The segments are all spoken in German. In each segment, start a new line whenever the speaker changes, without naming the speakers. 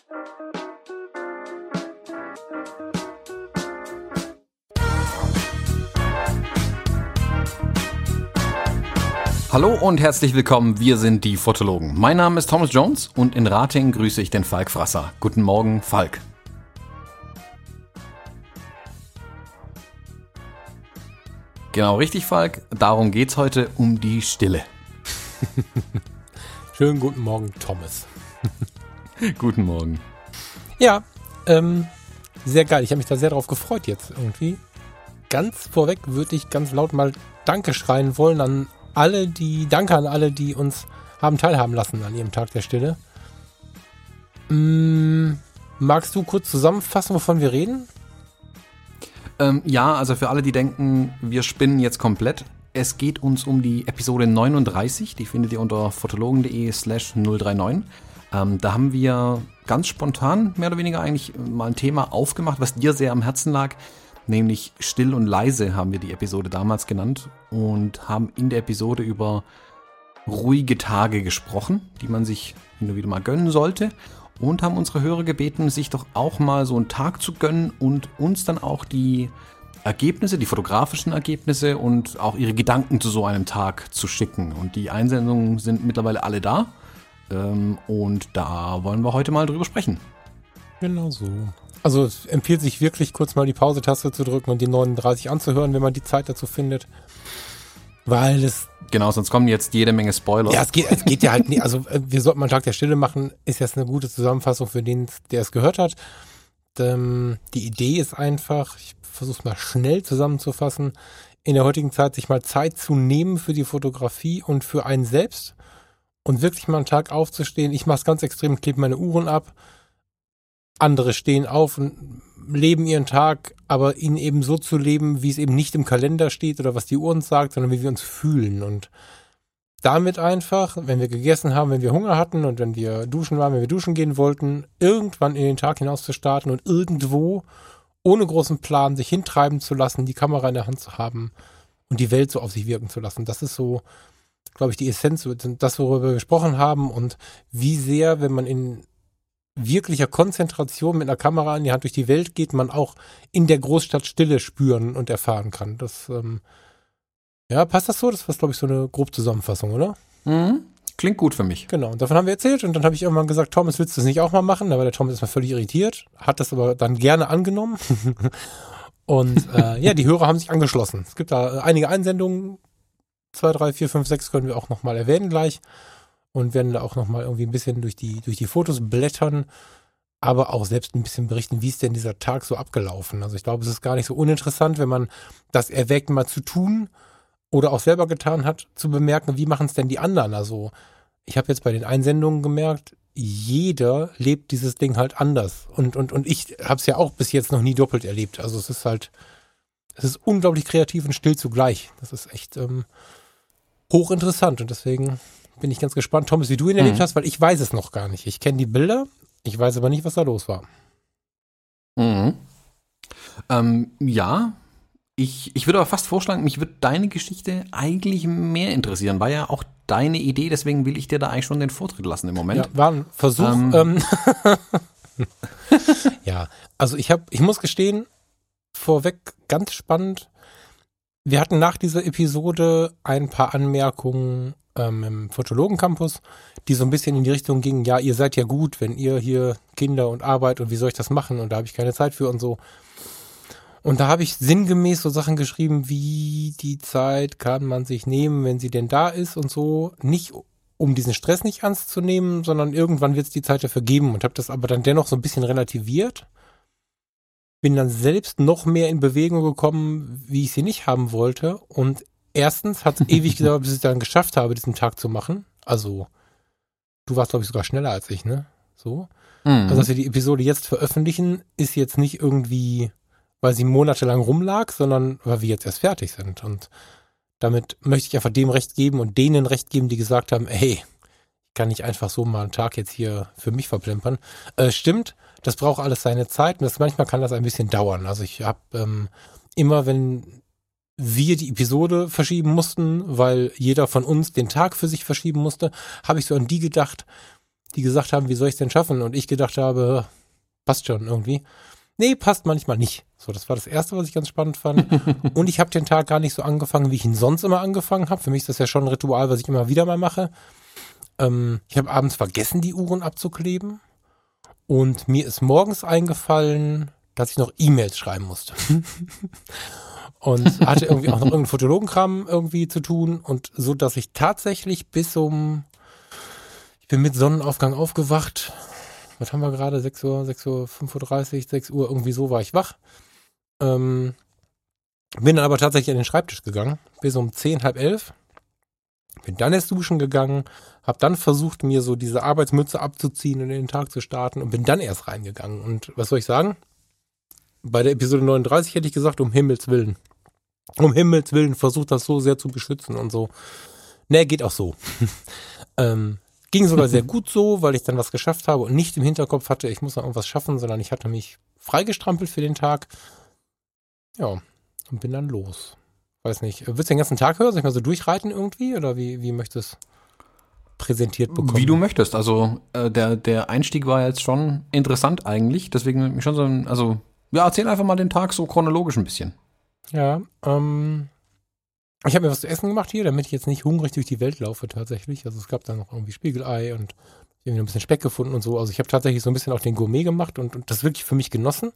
Hallo und herzlich willkommen, wir sind die Fotologen. Mein Name ist Thomas Jones und in Ratingen grüße ich den Falk Frasser. Guten Morgen, Falk. Genau richtig, Falk. Darum geht's heute, um die Stille.
Schönen guten Morgen, Thomas.
Guten Morgen.
Ja, sehr geil. Ich habe mich da sehr drauf gefreut jetzt irgendwie. Ganz vorweg würde ich ganz laut mal Danke schreien wollen Danke an alle, die uns haben teilhaben lassen an ihrem Tag der Stille. Magst du kurz zusammenfassen, wovon wir reden?
Ja, also für alle, die denken, wir spinnen jetzt komplett. Es geht uns um die Episode 39, die findet ihr unter fotologen.de/039. Da haben wir ganz spontan, mehr oder weniger eigentlich, mal ein Thema aufgemacht, was dir sehr am Herzen lag. Nämlich Still und leise haben wir die Episode damals genannt und haben in der Episode über ruhige Tage gesprochen, die man sich hin und wieder mal gönnen sollte, und haben unsere Hörer gebeten, sich doch auch mal so einen Tag zu gönnen und uns dann auch die Ergebnisse, die fotografischen Ergebnisse und auch ihre Gedanken zu so einem Tag zu schicken. Und die Einsendungen sind mittlerweile alle da und da wollen wir heute mal drüber sprechen.
Genau so. Also es empfiehlt sich wirklich, kurz mal die Pause-Taste zu drücken und die 39 anzuhören, wenn man die Zeit dazu findet. Weil es...
Genau, sonst kommen jetzt jede Menge Spoiler.
Ja, es geht ja halt nicht. Also wir sollten mal einen Tag der Stille machen, ist jetzt eine gute Zusammenfassung für den, der es gehört hat. Die Idee ist einfach, ich versuche es mal schnell zusammenzufassen, in der heutigen Zeit sich mal Zeit zu nehmen für die Fotografie und für einen selbst und wirklich mal einen Tag aufzustehen. Ich mache es ganz extrem, klebe meine Uhren ab. Andere stehen auf und leben ihren Tag, aber ihn eben so zu leben, wie es eben nicht im Kalender steht oder was die Uhr uns sagt, sondern wie wir uns fühlen. Und damit einfach, wenn wir gegessen haben, wenn wir Hunger hatten und wenn wir duschen waren, wenn wir duschen gehen wollten, irgendwann in den Tag hinaus zu starten und irgendwo ohne großen Plan sich hintreiben zu lassen, die Kamera in der Hand zu haben und die Welt so auf sich wirken zu lassen. Das ist so, glaube ich, die Essenz, das, worüber wir gesprochen haben und wie sehr, wenn man in wirklicher Konzentration mit einer Kamera in die Hand durch die Welt geht, man auch in der Großstadt Stille spüren und erfahren kann. Das, passt das so? Das war, glaube ich, so eine grobe Zusammenfassung, oder?
Mhm. Klingt gut für mich.
Genau, und davon haben wir erzählt und dann habe ich irgendwann gesagt, Thomas, willst du das nicht auch mal machen? Da war der Thomas erstmal völlig irritiert, hat das aber dann gerne angenommen. Und die Hörer haben sich angeschlossen. Es gibt da einige Einsendungen, 2, 3, 4, 5, 6 können wir auch nochmal erwähnen gleich. Und werden da auch nochmal irgendwie ein bisschen durch die Fotos blättern, aber auch selbst ein bisschen berichten, wie ist denn dieser Tag so abgelaufen. Also ich glaube, es ist gar nicht so uninteressant, wenn man das erwägt, mal zu tun oder auch selber getan hat, zu bemerken, wie machen es denn die anderen. Also ich habe jetzt bei den Einsendungen gemerkt, jeder lebt dieses Ding halt anders. Und ich habe es ja auch bis jetzt noch nie doppelt erlebt. Also es ist unglaublich kreativ und still zugleich. Das ist echt hochinteressant und deswegen bin ich ganz gespannt, Thomas, wie du ihn erlebt hast, weil ich weiß es noch gar nicht. Ich kenne die Bilder, ich weiß aber nicht, was da los war.
Mhm. Ich würde aber fast vorschlagen, mich würde deine Geschichte eigentlich mehr interessieren. War ja auch deine Idee, deswegen will ich dir da eigentlich schon den Vortritt lassen im Moment.
Ja, war ein Versuch. Ja, also ich muss gestehen, vorweg ganz spannend, wir hatten nach dieser Episode ein paar Anmerkungen im Fotologen-Campus, die so ein bisschen in die Richtung gingen, ja, ihr seid ja gut, wenn ihr hier Kinder und Arbeit und wie soll ich das machen und da habe ich keine Zeit für und so. Und da habe ich sinngemäß so Sachen geschrieben, wie die Zeit kann man sich nehmen, wenn sie denn da ist und so. Nicht, um diesen Stress nicht ernst zu nehmen, sondern irgendwann wird es die Zeit dafür geben und habe das aber dann dennoch so ein bisschen relativiert. Bin dann selbst noch mehr in Bewegung gekommen, wie ich sie nicht haben wollte und erstens hat es ewig gedauert, bis ich es dann geschafft habe, diesen Tag zu machen. Also, du warst, glaube ich, sogar schneller als ich, ne? So. Also, dass wir die Episode jetzt veröffentlichen, ist jetzt nicht irgendwie, weil sie monatelang rumlag, sondern weil wir jetzt erst fertig sind. Und damit möchte ich einfach dem Recht geben und denen Recht geben, die gesagt haben, hey, ich kann nicht einfach so mal einen Tag jetzt hier für mich verplempern. Stimmt, das braucht alles seine Zeit und manchmal kann das ein bisschen dauern. Also ich habe immer, wenn wir die Episode verschieben mussten, weil jeder von uns den Tag für sich verschieben musste, habe ich so an die gedacht, die gesagt haben, wie soll ich es denn schaffen? Und ich gedacht habe, passt schon irgendwie. Nee, passt manchmal nicht. So, das war das Erste, was ich ganz spannend fand. Und ich habe den Tag gar nicht so angefangen, wie ich ihn sonst immer angefangen habe. Für mich ist das ja schon ein Ritual, was ich immer wieder mal mache. Ich habe abends vergessen, die Uhren abzukleben. Und mir ist morgens eingefallen, dass ich noch E-Mails schreiben musste. Und hatte irgendwie auch noch irgendeinen Fotologenkram irgendwie zu tun. Und so, dass ich tatsächlich ich bin mit Sonnenaufgang aufgewacht. Was haben wir gerade? 6 Uhr, 5:30 Uhr, 6 Uhr, irgendwie so war ich wach. Bin dann aber tatsächlich an den Schreibtisch gegangen, bis um 10, halb 11. Bin dann erst duschen gegangen, habe dann versucht, mir so diese Arbeitsmütze abzuziehen und in den Tag zu starten und bin dann erst reingegangen. Und was soll ich sagen? Bei der Episode 39 hätte ich gesagt, um Himmels Willen. Um Himmels Willen, versucht das so sehr zu beschützen und so. Nee, geht auch so. Ging sogar sehr gut so, weil ich dann was geschafft habe und nicht im Hinterkopf hatte, ich muss noch irgendwas schaffen, sondern ich hatte mich freigestrampelt für den Tag. Ja, und bin dann los. Weiß nicht, willst du den ganzen Tag hören? Soll ich mal so durchreiten irgendwie? Oder wie möchtest du es präsentiert bekommen?
Wie du möchtest. Also der Einstieg war jetzt schon interessant eigentlich. Deswegen mich schon so erzähl einfach mal den Tag so chronologisch ein bisschen.
Ja, ich habe mir was zu essen gemacht hier, damit ich jetzt nicht hungrig durch die Welt laufe tatsächlich. Also es gab da noch irgendwie Spiegelei und irgendwie ein bisschen Speck gefunden und so. Also ich habe tatsächlich so ein bisschen auch den Gourmet gemacht und das wirklich für mich genossen.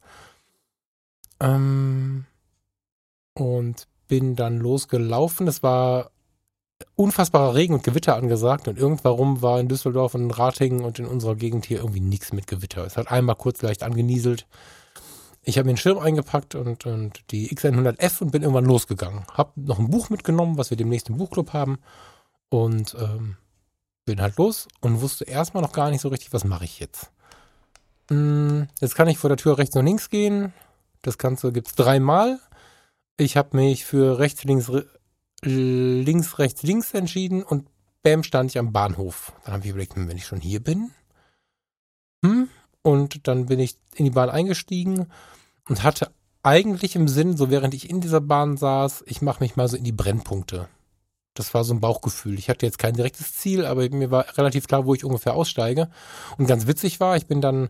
Und bin dann losgelaufen. Es war unfassbarer Regen und Gewitter angesagt und irgendwann war in Düsseldorf und in Ratingen und in unserer Gegend hier irgendwie nichts mit Gewitter. Es hat einmal kurz leicht angenieselt. Ich habe mir einen Schirm eingepackt und die X100F und bin irgendwann losgegangen. Hab noch ein Buch mitgenommen, was wir demnächst im Buchclub haben und bin halt los und wusste erstmal noch gar nicht so richtig, was mache ich jetzt. Jetzt kann ich vor der Tür rechts und links gehen. Das Ganze gibt's 3-mal. Ich habe mich für rechts, links, rechts, links entschieden und bam, stand ich am Bahnhof. Dann habe ich überlegt, wenn ich schon hier bin. Und dann bin ich in die Bahn eingestiegen und hatte eigentlich im Sinn, so während ich in dieser Bahn saß, ich mache mich mal so in die Brennpunkte. Das war so ein Bauchgefühl. Ich hatte jetzt kein direktes Ziel, aber mir war relativ klar, wo ich ungefähr aussteige. Und ganz witzig war, ich bin dann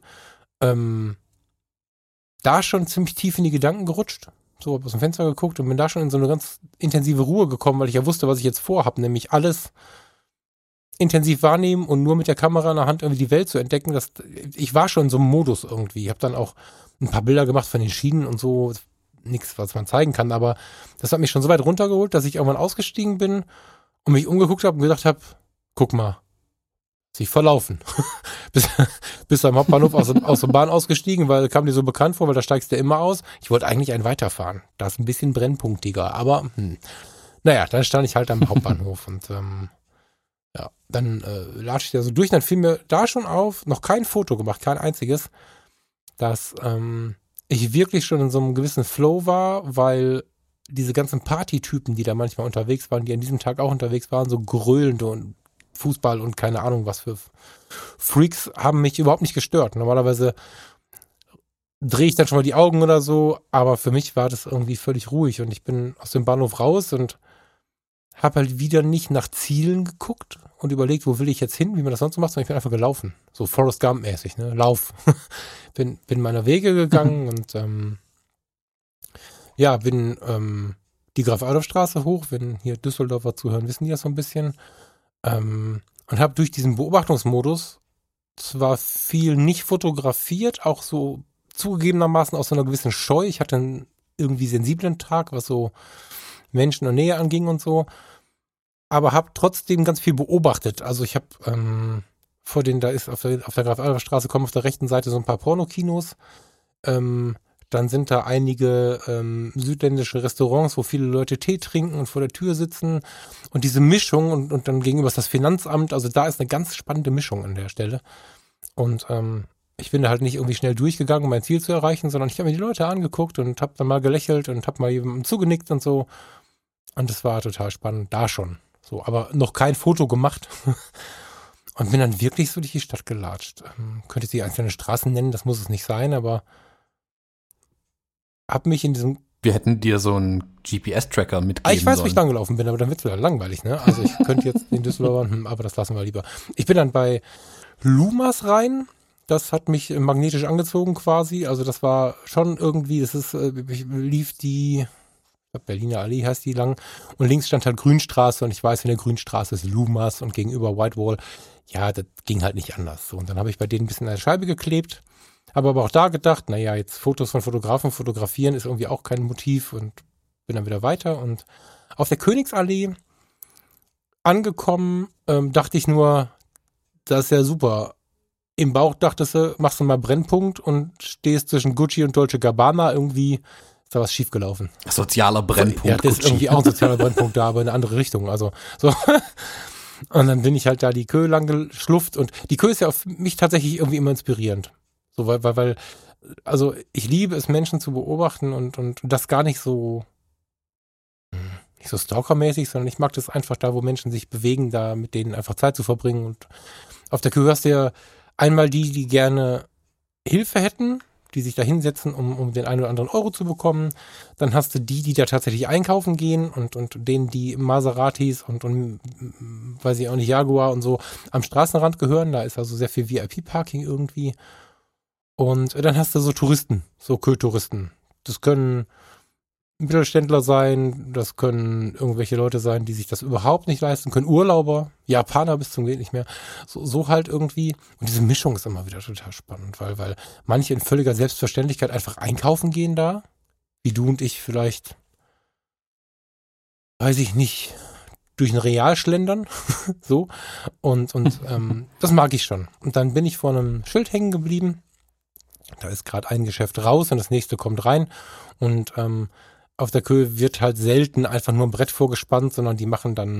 da schon ziemlich tief in die Gedanken gerutscht. So, habe aus dem Fenster geguckt und bin da schon in so eine ganz intensive Ruhe gekommen, weil ich ja wusste, was ich jetzt vorhabe, nämlich alles intensiv wahrnehmen und nur mit der Kamera in der Hand irgendwie die Welt zu entdecken. Ich war schon in so einem Modus irgendwie. Ich habe dann auch ein paar Bilder gemacht von den Schienen und so. Nichts, was man zeigen kann, aber das hat mich schon so weit runtergeholt, dass ich irgendwann ausgestiegen bin und mich umgeguckt habe und gedacht habe, guck mal, sich verlaufen. bis am Hauptbahnhof aus der Bahn ausgestiegen, weil kam dir so bekannt vor, weil da steigst du immer aus. Ich wollte eigentlich einen weiterfahren. Das ist ein bisschen brennpunktiger, aber naja, dann stand ich halt am Hauptbahnhof und dann latschte ich da so durch. Dann fiel mir da schon auf, noch kein Foto gemacht, kein einziges, dass ich wirklich schon in so einem gewissen Flow war, weil diese ganzen Partytypen, die da manchmal unterwegs waren, die an diesem Tag auch unterwegs waren, so gröhlende und Fußball und keine Ahnung was für Freaks, haben mich überhaupt nicht gestört. Normalerweise drehe ich dann schon mal die Augen oder so, aber für mich war das irgendwie völlig ruhig und ich bin aus dem Bahnhof raus und habe halt wieder nicht nach Zielen geguckt und überlegt, wo will ich jetzt hin, wie man das sonst so macht, sondern ich bin einfach gelaufen. So Forrest Gump-mäßig, ne? Lauf. bin meiner Wege gegangen und bin die Graf-Adolf-Straße hoch, wenn hier Düsseldorfer zuhören, wissen die das so ein bisschen. Und habe durch diesen Beobachtungsmodus zwar viel nicht fotografiert, auch so zugegebenermaßen aus so einer gewissen Scheu. Ich hatte einen irgendwie sensiblen Tag, was so Menschen und Nähe anging und so, aber habe trotzdem ganz viel beobachtet. Also ich habe da ist auf der Graf-Adolf-Straße kommen auf der rechten Seite so ein paar Pornokinos. Dann sind da einige südländische Restaurants, wo viele Leute Tee trinken und vor der Tür sitzen. Und diese Mischung und dann gegenüber ist das Finanzamt, also da ist eine ganz spannende Mischung an der Stelle. Und ich bin da halt nicht irgendwie schnell durchgegangen, um mein Ziel zu erreichen, sondern ich habe mir die Leute angeguckt und habe dann mal gelächelt und habe mal jemandem zugenickt und so. Und das war total spannend, da schon. So, aber noch kein Foto gemacht. Und bin dann wirklich so durch die Stadt gelatscht. Könnte ich die einzelnen Straßen nennen, das muss es nicht sein, aber habe mich in diesem
Wir hätten dir so einen GPS-Tracker mitgeben
Ich weiß,
sollen.
wie ich lang gelaufen bin, aber dann wird's wieder langweilig, ne? Also ich könnte jetzt den Düsseldorfer, aber das lassen wir lieber. Ich bin dann bei Lumas rein. Das hat mich magnetisch angezogen quasi. Also das war schon irgendwie, ich lief die, ich glaube Berliner Allee heißt die lang, und links stand halt Grünstraße und ich weiß, in der Grünstraße ist Lumas und gegenüber Whitewall. Ja, das ging halt nicht anders. So, und dann habe ich bei denen ein bisschen an der Scheibe geklebt. Habe aber auch da gedacht, naja, jetzt Fotos von Fotografen fotografieren ist irgendwie auch kein Motiv und bin dann wieder weiter. Und auf der Königsallee angekommen, dachte ich nur, das ist ja super. Im Bauch dachtest du, machst du mal Brennpunkt und stehst zwischen Gucci und Dolce Gabbana, irgendwie ist da was schiefgelaufen.
Sozialer Brennpunkt.
Ja, das ist irgendwie auch ein sozialer Brennpunkt da, aber in eine andere Richtung. Also so. Und dann bin ich halt da die Kö lang geschlufft und die Kö ist ja auf mich tatsächlich irgendwie immer inspirierend. So, weil, also ich liebe es, Menschen zu beobachten und das gar nicht so stalkermäßig, sondern ich mag das einfach da, wo Menschen sich bewegen, da mit denen einfach Zeit zu verbringen. Und auf der Kö hast du ja einmal die gerne Hilfe hätten, die sich da hinsetzen, um den einen oder anderen Euro zu bekommen. Dann hast du die da tatsächlich einkaufen gehen und denen, die Maseratis und weiß ich auch nicht, Jaguar und so am Straßenrand gehören. Da ist also sehr viel VIP-Parking irgendwie. Und dann hast du so Touristen, so Kö-Touristen. Das können Mittelständler sein, das können irgendwelche Leute sein, die sich das überhaupt nicht leisten können, Urlauber, Japaner bis zum geht nicht mehr, so halt irgendwie. Und diese Mischung ist immer wieder total spannend, weil manche in völliger Selbstverständlichkeit einfach einkaufen gehen da, wie du und ich vielleicht, weiß ich nicht, durch ein Real schlendern, so, und das mag ich schon. Und dann bin ich vor einem Schild hängen geblieben, da ist gerade ein Geschäft raus und das nächste kommt rein und auf der Kö wird halt selten einfach nur ein Brett vorgespannt, sondern die machen da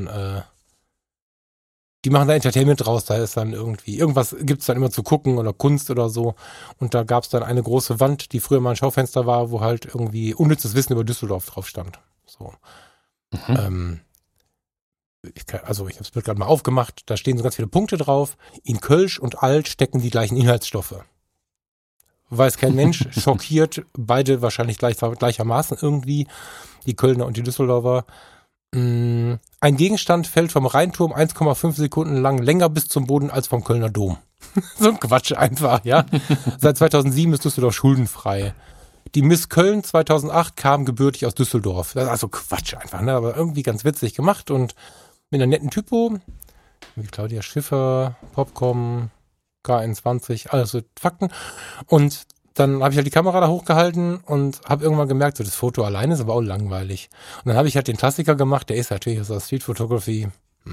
Entertainment draus, da ist dann irgendwas gibt's dann immer zu gucken oder Kunst oder so. Und da gab's dann eine große Wand, die früher mal ein Schaufenster war, wo halt irgendwie unnützes Wissen über Düsseldorf drauf stand. So.
Mhm.
Ich habe das Bild gerade mal aufgemacht, da stehen so ganz viele Punkte drauf. In Kölsch und Alt stecken die gleichen Inhaltsstoffe. Weiß kein Mensch, schockiert, beide wahrscheinlich gleichermaßen irgendwie, die Kölner und die Düsseldorfer. Ein Gegenstand fällt vom Rheinturm 1,5 Sekunden lang länger bis zum Boden als vom Kölner Dom. So ein Quatsch einfach, ja. Seit 2007 ist Düsseldorf schuldenfrei. Die Miss Köln 2008 kam gebürtig aus Düsseldorf. Das ist also Quatsch einfach, ne? Aber irgendwie ganz witzig gemacht und mit einer netten Typo, wie Claudia Schiffer, Popcom, K21, alles so Fakten. Und dann habe ich halt die Kamera da hochgehalten und habe irgendwann gemerkt, so das Foto alleine ist aber auch langweilig. Und dann habe ich halt den Klassiker gemacht, der ist natürlich aus der Street Photography.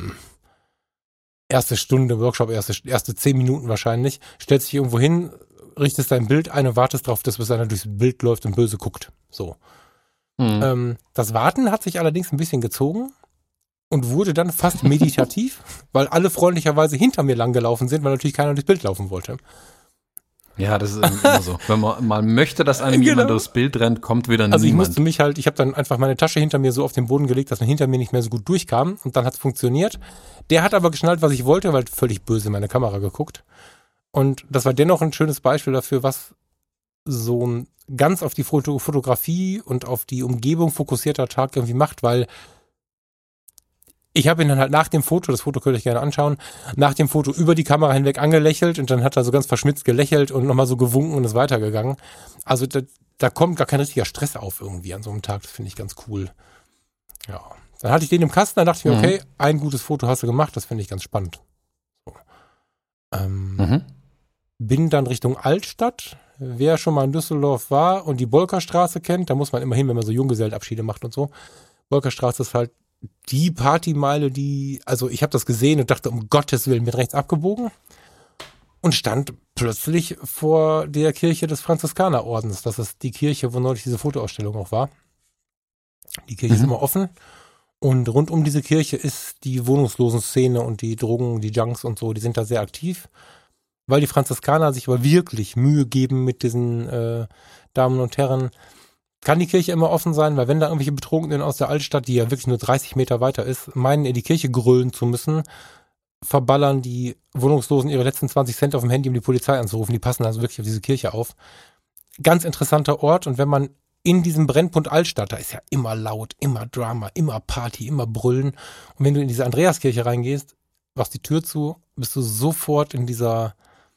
Erste Stunde Workshop, erste 10 Minuten wahrscheinlich. Stellst dich irgendwo hin, richtest dein Bild ein und wartest drauf, dass bis einer durchs Bild läuft und böse guckt. So. Das Warten hat sich allerdings ein bisschen gezogen. Und wurde dann fast meditativ, weil alle freundlicherweise hinter mir langgelaufen sind, weil natürlich keiner durchs Bild laufen wollte.
Ja, das ist immer so. Wenn man mal möchte, dass einem jemand durchs Bild rennt, kommt wieder niemand.
Also ich habe dann einfach meine Tasche hinter mir so auf den Boden gelegt, dass man hinter mir nicht mehr so gut durchkam und dann hat es funktioniert. Der hat aber geschnallt, was ich wollte, weil völlig böse in meine Kamera geguckt. Und das war dennoch ein schönes Beispiel dafür, was so ein ganz auf die Fotografie und auf die Umgebung fokussierter Tag irgendwie macht, weil ich habe ihn dann halt nach dem Foto, das Foto könnt ihr euch gerne anschauen, nach dem Foto über die Kamera hinweg angelächelt und dann hat er so ganz verschmitzt gelächelt und nochmal so gewunken und ist weitergegangen. Also da kommt gar kein richtiger Stress auf irgendwie an so einem Tag. Das finde ich ganz cool. Ja. Dann hatte ich den im Kasten, dann dachte ich mir, okay, ein gutes Foto hast du gemacht, das finde ich ganz spannend. So. Bin dann Richtung Altstadt. Wer schon mal in Düsseldorf war und die Bolkerstraße kennt, da muss man immer hin, wenn man so Junggesellenabschiede macht und so. Bolkerstraße ist halt die Partymeile, also ich habe das gesehen und dachte, um Gottes Willen, mit rechts abgebogen und stand plötzlich vor der Kirche des Franziskanerordens. Das ist die Kirche, wo neulich diese Fotoausstellung auch war. Die Kirche ist immer offen und rund um diese Kirche ist die Wohnungslosen-Szene und die Drogen, die Junks und so, die sind da sehr aktiv, weil die Franziskaner sich aber wirklich Mühe geben mit diesen Damen und Herren. Kann die Kirche immer offen sein, weil wenn da irgendwelche Betrunkenen aus der Altstadt, die ja wirklich nur 30 Meter weiter ist, meinen, in die Kirche grölen zu müssen, verballern die Wohnungslosen ihre letzten 20 Cent auf dem Handy, um die Polizei anzurufen. Die passen also wirklich auf diese Kirche auf. Ganz interessanter Ort und wenn man in diesem Brennpunkt Altstadt, da ist ja immer laut, immer Drama, immer Party, immer Brüllen. Und wenn du in diese Andreaskirche reingehst, machst die Tür zu, bist du sofort in dieser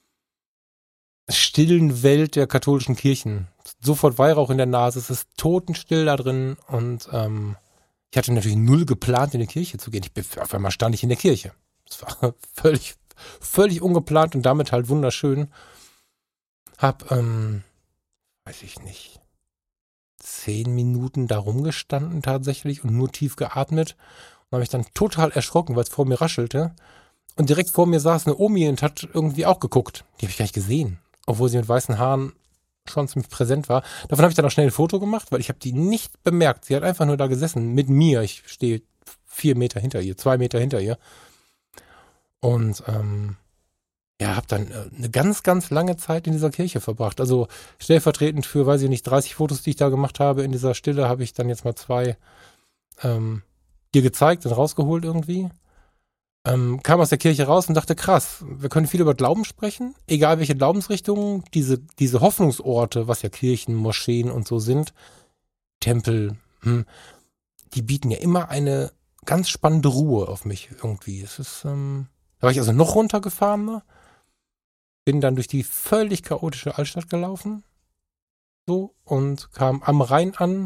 stillen Welt der katholischen Kirchen. Sofort Weihrauch in der Nase, es ist totenstill da drin und ich hatte natürlich null geplant, in die Kirche zu gehen. Auf einmal stand ich in der Kirche. Das war völlig ungeplant und damit halt wunderschön. Hab, weiß ich nicht, 10 Minuten da rumgestanden tatsächlich und nur tief geatmet und habe mich dann total erschrocken, weil es vor mir raschelte. Und direkt vor mir saß eine Omi und hat irgendwie auch geguckt. Die habe ich gar nicht gesehen, obwohl sie mit weißen Haaren schon ziemlich präsent war. Davon habe ich dann auch schnell ein Foto gemacht, weil ich habe die nicht bemerkt. Sie hat einfach nur da gesessen mit mir. Ich stehe 4 Meter hinter ihr, 2 Meter hinter ihr. Und habe dann eine ganz, ganz lange Zeit in dieser Kirche verbracht. Also stellvertretend für, weiß ich nicht, 30 Fotos, die ich da gemacht habe in dieser Stille, habe ich dann jetzt mal 2 dir gezeigt und rausgeholt irgendwie. Kam aus der Kirche raus und dachte, krass, wir können viel über Glauben sprechen, egal welche Glaubensrichtungen, diese Hoffnungsorte, was ja Kirchen, Moscheen und so sind, Tempel, die bieten ja immer eine ganz spannende Ruhe auf mich irgendwie. Es ist, da war ich also noch runtergefahren, bin dann durch die völlig chaotische Altstadt gelaufen, so, und kam am Rhein an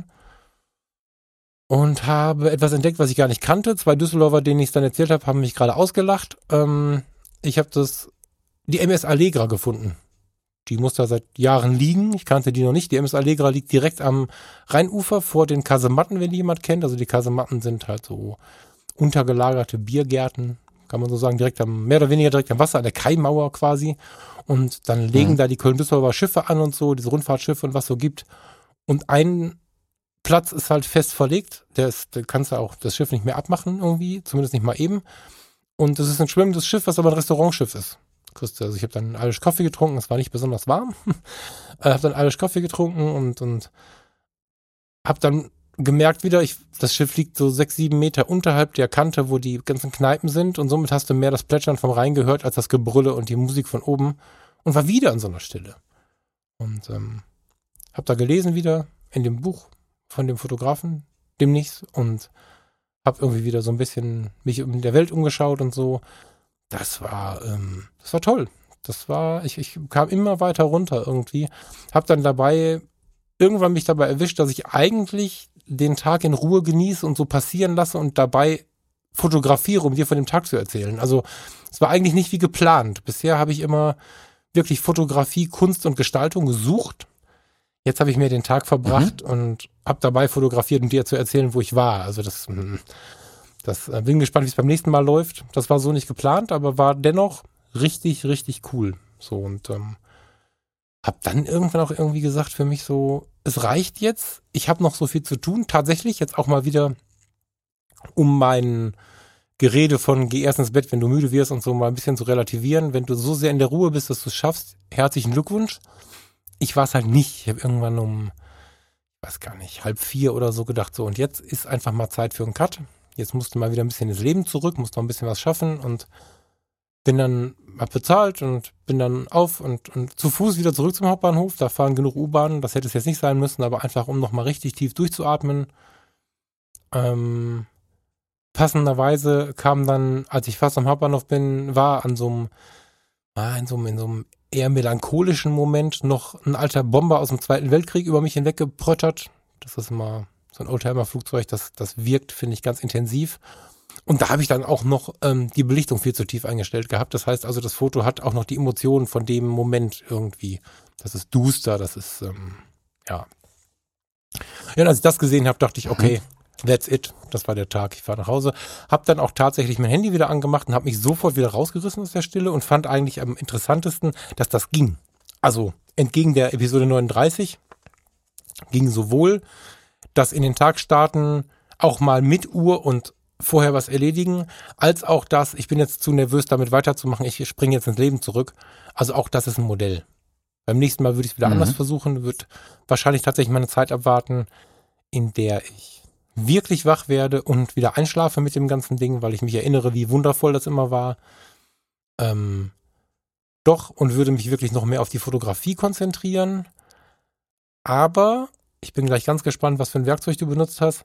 und habe etwas entdeckt, was ich gar nicht kannte. 2 Düsseldorfer, denen ich es dann erzählt habe, haben mich gerade ausgelacht. Ich habe die MS Allegra gefunden. Die muss da seit Jahren liegen. Ich kannte die noch nicht. Die MS Allegra liegt direkt am Rheinufer vor den Kasematten, wenn die jemand kennt. Also die Kasematten sind halt so untergelagerte Biergärten, kann man so sagen, mehr oder weniger direkt am Wasser, an der Kaimauer quasi. Und dann legen da die Köln-Düsseldorfer Schiffe an und so, diese Rundfahrtschiffe und was so gibt. Und ein Platz ist halt fest verlegt. Da kannst du auch das Schiff nicht mehr abmachen irgendwie, zumindest nicht mal eben. Und es ist ein schwimmendes Schiff, was aber ein Restaurantschiff ist. Also ich habe dann Irish Coffee getrunken, es war nicht besonders warm. Habe dann Irish Coffee getrunken und habe dann gemerkt wieder, das Schiff liegt so 6, 7 Meter unterhalb der Kante, wo die ganzen Kneipen sind und somit hast du mehr das Plätschern vom Rhein gehört, als das Gebrülle und die Musik von oben und war wieder in so einer Stille. Und habe da gelesen wieder in dem Buch von dem Fotografen demnächst und habe irgendwie wieder so ein bisschen mich in der Welt umgeschaut und so. Das war toll. Ich kam immer weiter runter irgendwie. Habe dann irgendwann mich dabei erwischt, dass ich eigentlich den Tag in Ruhe genieße und so passieren lasse und dabei fotografiere, um dir von dem Tag zu erzählen. Also es war eigentlich nicht wie geplant. Bisher habe ich immer wirklich Fotografie, Kunst und Gestaltung gesucht. Jetzt habe ich mir den Tag verbracht und habe dabei fotografiert, um dir zu erzählen, wo ich war. Also das bin gespannt, wie es beim nächsten Mal läuft. Das war so nicht geplant, aber war dennoch richtig, richtig cool. So und habe dann irgendwann auch irgendwie gesagt für mich so, es reicht jetzt. Ich habe noch so viel zu tun. Tatsächlich jetzt auch mal wieder um mein Gerede von geh erst ins Bett, wenn du müde wirst und so mal ein bisschen zu relativieren. Wenn du so sehr in der Ruhe bist, dass du es schaffst, herzlichen Glückwunsch. Ich war es halt nicht. Ich habe irgendwann um, ich weiß gar nicht, 3:30 oder so gedacht, so und jetzt ist einfach mal Zeit für einen Cut. Jetzt musst du mal wieder ein bisschen ins Leben zurück, musst noch ein bisschen was schaffen und hab bezahlt und bin dann auf und zu Fuß wieder zurück zum Hauptbahnhof. Da fahren genug U-Bahnen, das hätte es jetzt nicht sein müssen, aber einfach, um nochmal richtig tief durchzuatmen. Passenderweise kam dann, als ich fast am Hauptbahnhof war in so einem eher melancholischen Moment noch ein alter Bomber aus dem Zweiten Weltkrieg über mich hinweggepröttert. Das ist immer so ein Oldtimer-Flugzeug, das wirkt, finde ich, ganz intensiv. Und da habe ich dann auch noch die Belichtung viel zu tief eingestellt gehabt. Das heißt also, das Foto hat auch noch die Emotionen von dem Moment irgendwie. Das ist duster, das ist, ja. Ja, und als ich das gesehen habe, dachte ich, okay, that's it. Das war der Tag. Ich fahre nach Hause. Habe dann auch tatsächlich mein Handy wieder angemacht und habe mich sofort wieder rausgerissen aus der Stille und fand eigentlich am interessantesten, dass das ging. Also entgegen der Episode 39 ging sowohl das in den Tag starten, auch mal mit Uhr und vorher was erledigen, als auch das, ich bin jetzt zu nervös, damit weiterzumachen, ich springe jetzt ins Leben zurück. Also auch das ist ein Modell. Beim nächsten Mal würde ich es wieder anders versuchen, würde wahrscheinlich tatsächlich mal eine Zeit abwarten, in der ich wirklich wach werde und wieder einschlafe mit dem ganzen Ding, weil ich mich erinnere, wie wundervoll das immer war. Doch, und würde mich wirklich noch mehr auf die Fotografie konzentrieren. Aber Ich bin gleich ganz gespannt, was für ein Werkzeug du benutzt hast.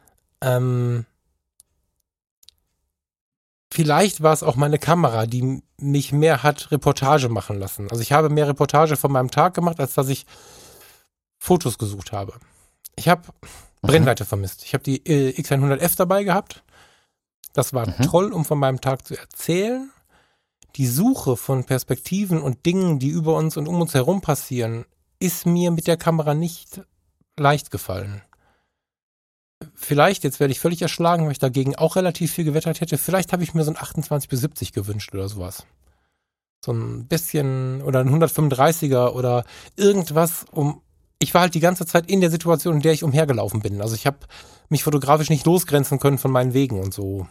Vielleicht war es auch meine Kamera, die mich mehr hat Reportage machen lassen. Also ich habe mehr Reportage von meinem Tag gemacht, als dass ich Fotos gesucht habe. Ich habe Brennweite vermisst. Ich habe die X100F dabei gehabt. Das war toll, um von meinem Tag zu erzählen. Die Suche von Perspektiven und Dingen, die über uns und um uns herum passieren, ist mir mit der Kamera nicht leicht gefallen. Vielleicht, jetzt werde ich völlig erschlagen, weil ich dagegen auch relativ viel gewettert hätte, vielleicht habe ich mir so ein 28-70 gewünscht oder sowas. So ein bisschen, oder ein 135er oder irgendwas, ich war halt die ganze Zeit in der Situation, in der ich umhergelaufen bin. Also ich habe mich fotografisch nicht losgrenzen können von meinen Wegen und so.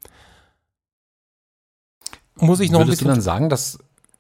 Muss ich noch
Würdest du dann sagen, dass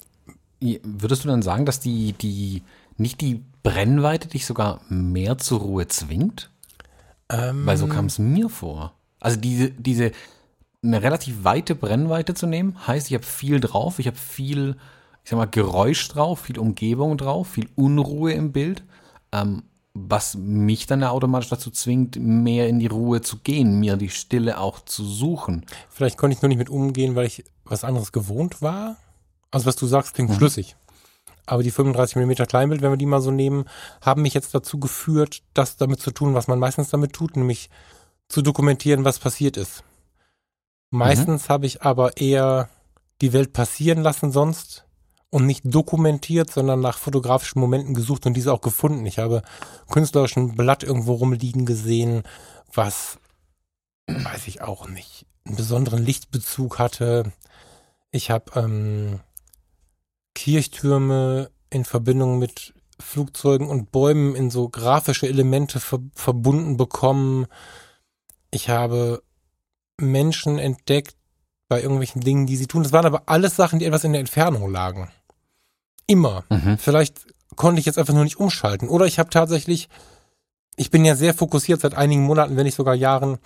die nicht die Brennweite dich sogar mehr zur Ruhe zwingt? Weil so kam es mir vor. Also eine relativ weite Brennweite zu nehmen, heißt, ich habe viel drauf, ich habe viel, ich sag mal, Geräusch drauf, viel Umgebung drauf, viel Unruhe im Bild, was mich dann ja automatisch dazu zwingt, mehr in die Ruhe zu gehen, mir die Stille auch zu suchen.
Vielleicht konnte ich nur nicht mit umgehen, weil ich was anderes gewohnt war. Also was du sagst, klingt schlüssig. Aber die 35mm Kleinbild, wenn wir die mal so nehmen, haben mich jetzt dazu geführt, das damit zu tun, was man meistens damit tut, nämlich zu dokumentieren, was passiert ist. Meistens habe ich aber eher die Welt passieren lassen sonst und nicht dokumentiert, sondern nach fotografischen Momenten gesucht und diese auch gefunden. Ich habe künstlerisch ein Blatt irgendwo rumliegen gesehen, was, weiß ich auch nicht, einen besonderen Lichtbezug hatte. Ich habe Kirchtürme in Verbindung mit Flugzeugen und Bäumen in so grafische Elemente verbunden bekommen. Ich habe Menschen entdeckt bei irgendwelchen Dingen, die sie tun. Das waren aber alles Sachen, die etwas in der Entfernung lagen. Immer. Vielleicht konnte ich jetzt einfach nur nicht umschalten. Oder ich habe tatsächlich, ich bin ja sehr fokussiert seit einigen Monaten, wenn nicht sogar Jahren.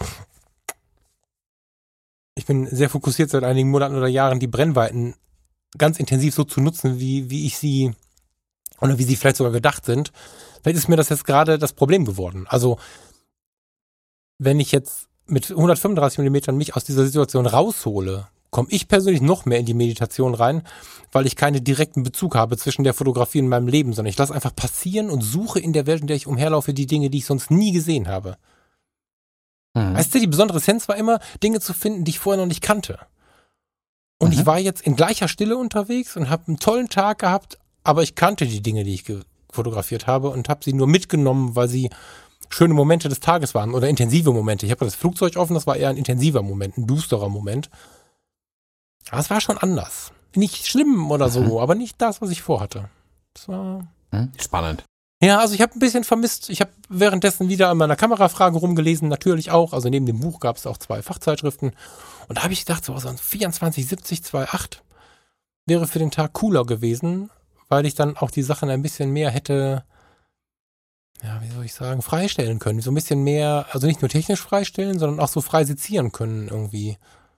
Ich bin sehr fokussiert seit einigen Monaten oder Jahren, die Brennweiten ganz intensiv so zu nutzen, wie ich sie oder wie sie vielleicht sogar gedacht sind. Vielleicht ist mir das jetzt gerade das Problem geworden. Also wenn ich jetzt mit 135mm mich aus dieser Situation raushole, komme ich persönlich noch mehr in die Meditation rein, weil ich keinen direkten Bezug habe zwischen der Fotografie und meinem Leben, sondern ich lasse einfach passieren und suche in der Welt, in der ich umherlaufe, die Dinge, die ich sonst nie gesehen habe. Weißt du, die besondere Essenz war immer, Dinge zu finden, die ich vorher noch nicht kannte. Und ich war jetzt in gleicher Stille unterwegs und habe einen tollen Tag gehabt, aber ich kannte die Dinge, die ich fotografiert habe und habe sie nur mitgenommen, weil sie schöne Momente des Tages waren oder intensive Momente. Ich habe das Flugzeug offen, das war eher ein intensiver Moment, ein düsterer Moment. Aber es war schon anders. Nicht schlimm oder so, aber nicht das, was ich vorhatte. Das war
spannend.
Ja, also ich habe ein bisschen vermisst. Ich habe währenddessen wieder an meiner Kamerafrage rumgelesen, natürlich auch. Also neben dem Buch gab es auch 2 Fachzeitschriften. Und da habe ich gedacht, so ein 24-70 2.8 wäre für den Tag cooler gewesen, weil ich dann auch die Sachen ein bisschen mehr hätte, ja, wie soll ich sagen, freistellen können. So ein bisschen mehr, also nicht nur technisch freistellen, sondern auch so frei sezieren können irgendwie.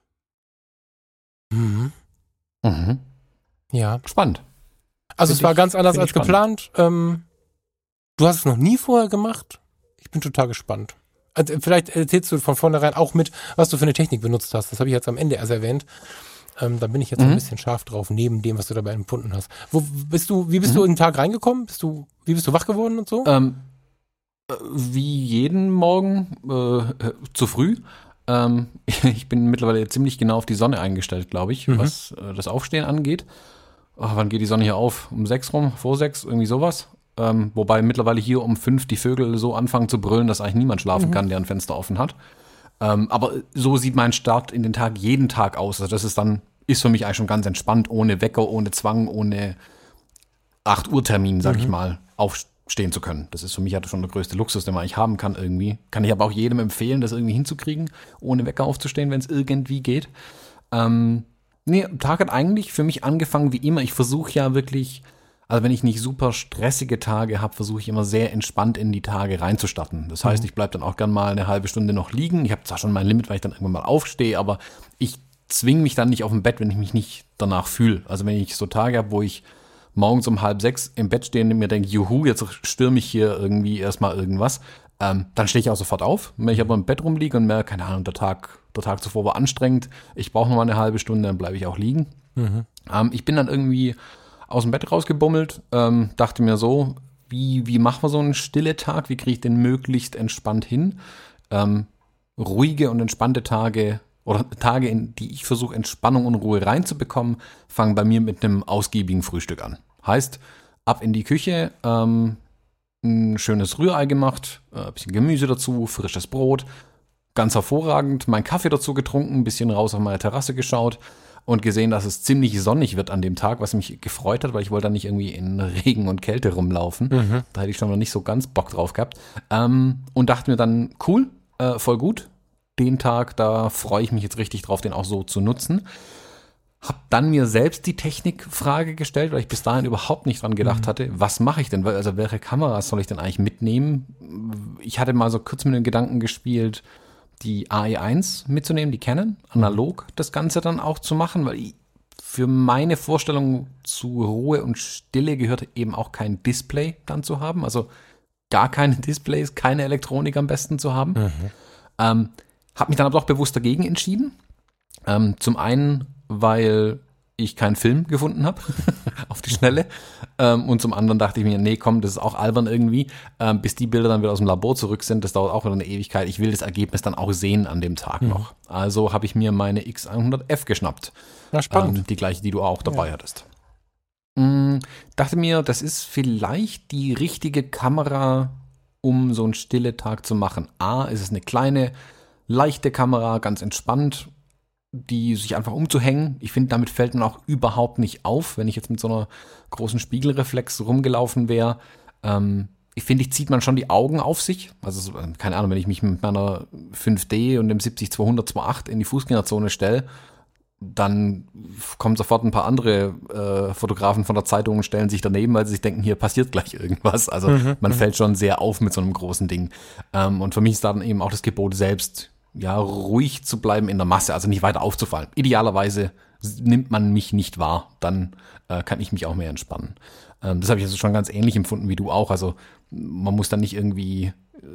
Ja.
Spannend.
Also es war ganz anders als geplant. Du hast es noch nie vorher gemacht. Ich bin total gespannt. Also vielleicht erzählst du von vornherein auch mit, was du für eine Technik benutzt hast. Das habe ich jetzt am Ende erst erwähnt. Da bin ich jetzt ein bisschen scharf drauf, neben dem, was du dabei empfunden hast. Wie bist du in den Tag reingekommen? Wie bist du wach geworden und so?
Wie jeden Morgen zu früh. Ich bin mittlerweile ziemlich genau auf die Sonne eingestellt, glaube ich, was das Aufstehen angeht. Wann geht die Sonne hier auf? Um 6 rum? Vor 6? Irgendwie sowas. Wobei mittlerweile hier um 5 die Vögel so anfangen zu brüllen, dass eigentlich niemand schlafen kann, der ein Fenster offen hat. Aber so sieht mein Start in den Tag jeden Tag aus. Also das ist für mich eigentlich schon ganz entspannt, ohne Wecker, ohne Zwang, ohne 8 Uhr Termin, sag ich mal, aufstehen zu können. Das ist für mich halt schon der größte Luxus, den man eigentlich haben kann irgendwie. Kann ich aber auch jedem empfehlen, das irgendwie hinzukriegen, ohne Wecker aufzustehen, wenn es irgendwie geht. Tag hat eigentlich für mich angefangen wie immer. Ich versuche ja wirklich, also wenn ich nicht super stressige Tage habe, versuche ich immer sehr entspannt in die Tage reinzustarten. Das heißt, ich bleibe dann auch gern mal eine halbe Stunde noch liegen. Ich habe zwar schon mein Limit, weil ich dann irgendwann mal aufstehe, aber ich zwinge mich dann nicht auf dem Bett, wenn ich mich nicht danach fühle. Also wenn ich so Tage habe, wo ich morgens um 5:30 im Bett stehen und mir denke, juhu, jetzt stürme ich hier irgendwie erstmal irgendwas, dann stehe ich auch sofort auf. Wenn ich aber im Bett rumliege und merke, keine Ahnung, der Tag zuvor war anstrengend, ich brauche noch mal eine halbe Stunde, dann bleibe ich auch liegen. Ich bin dann irgendwie aus dem Bett rausgebummelt, dachte mir so, wie machen wir so einen stille Tag, wie kriege ich den möglichst entspannt hin? Ruhige und entspannte Tage oder Tage, in die ich versuche, Entspannung und Ruhe reinzubekommen, fangen bei mir mit einem ausgiebigen Frühstück an. Heißt, ab in die Küche, ein schönes Rührei gemacht, ein bisschen Gemüse dazu, frisches Brot, ganz hervorragend, meinen Kaffee dazu getrunken, ein bisschen raus auf meine Terrasse geschaut und gesehen, dass es ziemlich sonnig wird an dem Tag, was mich gefreut hat, weil ich wollte dann nicht irgendwie in Regen und Kälte rumlaufen. Da hätte ich schon noch nicht so ganz Bock drauf gehabt. Und dachte mir dann, cool, voll gut. Den Tag, da freue ich mich jetzt richtig drauf, den auch so zu nutzen. Hab dann mir selbst die Technikfrage gestellt, weil ich bis dahin überhaupt nicht dran gedacht hatte, was mache ich denn? Also welche Kameras soll ich denn eigentlich mitnehmen? Ich hatte mal so kurz mit den Gedanken gespielt, die AE1 mitzunehmen, die Canon, analog das Ganze dann auch zu machen, weil für meine Vorstellung zu Ruhe und Stille gehört eben auch kein Display dann zu haben, also gar keine Displays, keine Elektronik am besten zu haben. Habe mich dann aber doch bewusst dagegen entschieden. Zum einen, weil ich keinen Film gefunden habe, auf die Schnelle. Und zum anderen dachte ich mir, nee, komm, das ist auch albern irgendwie. Bis die Bilder dann wieder aus dem Labor zurück sind, das dauert auch wieder eine Ewigkeit. Ich will das Ergebnis dann auch sehen an dem Tag noch. Also habe ich mir meine X100F geschnappt.
Na, spannend.
Die gleiche, die du auch dabei hattest. Dachte mir, das ist vielleicht die richtige Kamera, um so einen stille Tag zu machen. A, ist es eine kleine, leichte Kamera, ganz entspannt, die sich einfach umzuhängen. Ich finde, damit fällt man auch überhaupt nicht auf, wenn ich jetzt mit so einer großen Spiegelreflex rumgelaufen wäre. Ich finde, zieht man schon die Augen auf sich. Also, keine Ahnung, wenn ich mich mit meiner 5D und dem 70-200 2.8 in die Fußgängerzone stelle, dann kommen sofort ein paar andere Fotografen von der Zeitung und stellen sich daneben, weil sie sich denken, hier passiert gleich irgendwas. Also man fällt schon sehr auf mit so einem großen Ding. Und für mich ist dann eben auch das Gebot selbst, ja, ruhig zu bleiben in der Masse, also nicht weiter aufzufallen. Idealerweise nimmt man mich nicht wahr, dann kann ich mich auch mehr entspannen. Das habe ich also schon ganz ähnlich empfunden wie du auch. Also man muss dann nicht irgendwie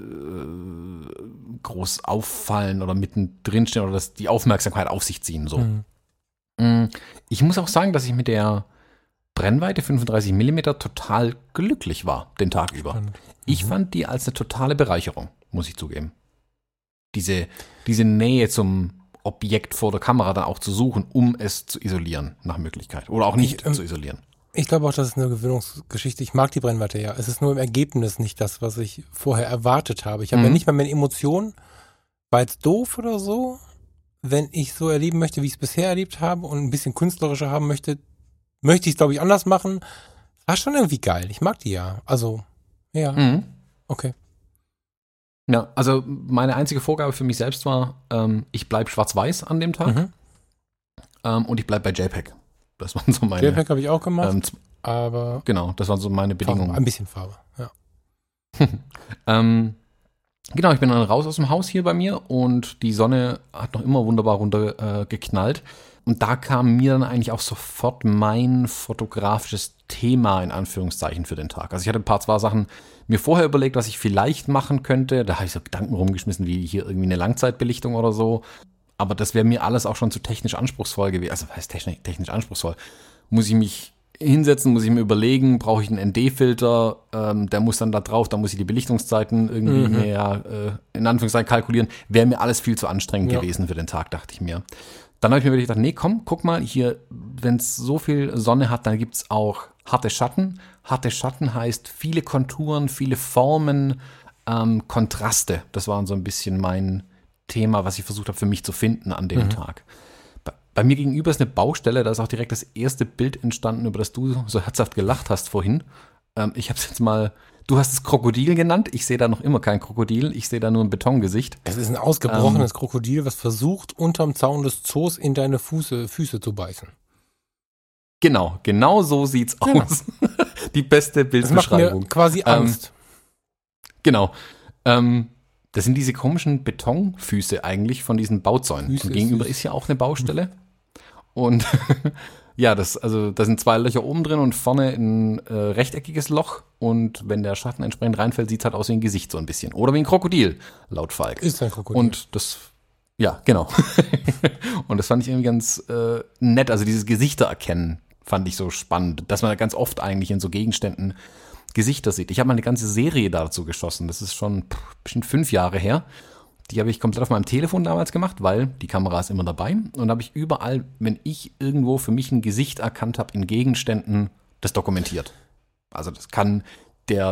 groß auffallen oder mittendrin stehen oder die Aufmerksamkeit auf sich ziehen. So. Ich muss auch sagen, dass ich mit der Brennweite 35 mm total glücklich war, den Tag über. Ich fand die als eine totale Bereicherung, muss ich zugeben. Diese Nähe zum Objekt vor der Kamera dann auch zu suchen, um es zu isolieren, nach Möglichkeit. Oder auch nicht zu isolieren.
Ich glaube auch, das ist eine Gewöhnungsgeschichte. Ich mag die Brennweite ja. Es ist nur im Ergebnis nicht das, was ich vorher erwartet habe. Ich habe ja nicht mal mehr Emotionen. War jetzt doof oder so? Wenn ich so erleben möchte, wie ich es bisher erlebt habe und ein bisschen künstlerischer haben möchte, möchte ich es, glaube ich, anders machen. War schon irgendwie geil. Ich mag die ja. Also, ja. Okay.
Ja, also meine einzige Vorgabe für mich selbst war, ich bleibe schwarz-weiß an dem Tag und ich bleibe bei JPEG. Das waren so meine.
JPEG habe ich auch gemacht, aber
genau, das waren so meine Bedingungen.
Farbe, ein bisschen Farbe, ja.
Genau, ich bin dann raus aus dem Haus hier bei mir und die Sonne hat noch immer wunderbar runter geknallt. Und da kam mir dann eigentlich auch sofort mein fotografisches Thema in Anführungszeichen für den Tag. Also ich hatte zwei Sachen mir vorher überlegt, was ich vielleicht machen könnte. Da habe ich so Gedanken rumgeschmissen, wie hier irgendwie eine Langzeitbelichtung oder so. Aber das wäre mir alles auch schon zu technisch anspruchsvoll gewesen. Also was heißt technisch anspruchsvoll? Muss ich mich hinsetzen, muss ich mir überlegen, brauche ich einen ND-Filter, der muss dann da drauf, da muss ich die Belichtungszeiten irgendwie mehr, in Anführungszeichen kalkulieren. Wäre mir alles viel zu anstrengend gewesen für den Tag, dachte ich mir. Dann habe ich mir wirklich gedacht, nee, komm, guck mal, hier, wenn es so viel Sonne hat, dann gibt's auch harte Schatten. Harte Schatten heißt viele Konturen, viele Formen, Kontraste. Das war so ein bisschen mein Thema, was ich versucht habe für mich zu finden an dem Tag. Bei mir gegenüber ist eine Baustelle, da ist auch direkt das erste Bild entstanden, über das du so herzhaft gelacht hast vorhin. Ich habe es jetzt mal, du hast es Krokodil genannt, ich sehe da noch immer kein Krokodil, ich sehe da nur ein Betongesicht.
Es ist ein ausgebrochenes Krokodil, was versucht, unterm Zaun des Zoos in deine Füße zu beißen.
Genau so sieht's aus. Die beste Bildbeschreibung.
Das macht mir quasi Angst.
Genau. Das sind diese komischen Betonfüße eigentlich von diesen Bauzäunen. Und gegenüber ist ja auch eine Baustelle. Und Ja, da sind 2 Löcher oben drin und vorne ein rechteckiges Loch. Und wenn der Schatten entsprechend reinfällt, sieht es halt aus wie ein Gesicht so ein bisschen. Oder wie ein Krokodil, laut Falk.
Ist ein Krokodil.
Und das, ja, genau. Und das fand ich irgendwie ganz nett. Also dieses Gesichter erkennen fand ich so spannend, dass man ganz oft eigentlich in so Gegenständen Gesichter sieht. Ich habe mal eine ganze Serie dazu geschossen. Das ist schon bestimmt 5 Jahre her. Die habe ich komplett auf meinem Telefon damals gemacht, weil die Kamera ist immer dabei. Und habe ich überall, wenn ich irgendwo für mich ein Gesicht erkannt habe in Gegenständen, das dokumentiert. Also das kann der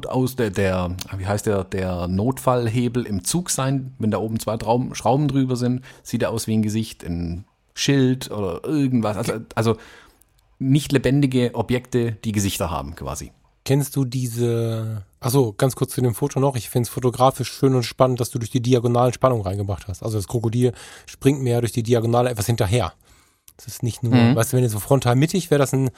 Notfallhebel im Zug sein, wenn da oben 2 Schrauben drüber sind, sieht er aus wie ein Gesicht, ein Schild oder irgendwas. Also nicht lebendige Objekte, die Gesichter haben quasi.
Kennst du achso, ganz kurz zu dem Foto noch. Ich finde es fotografisch schön und spannend, dass du durch die diagonalen Spannung reingebracht hast. Also das Krokodil springt mir ja durch die Diagonale etwas hinterher. Das ist nicht nur, weißt du, wenn jetzt so frontal mittig wäre das ein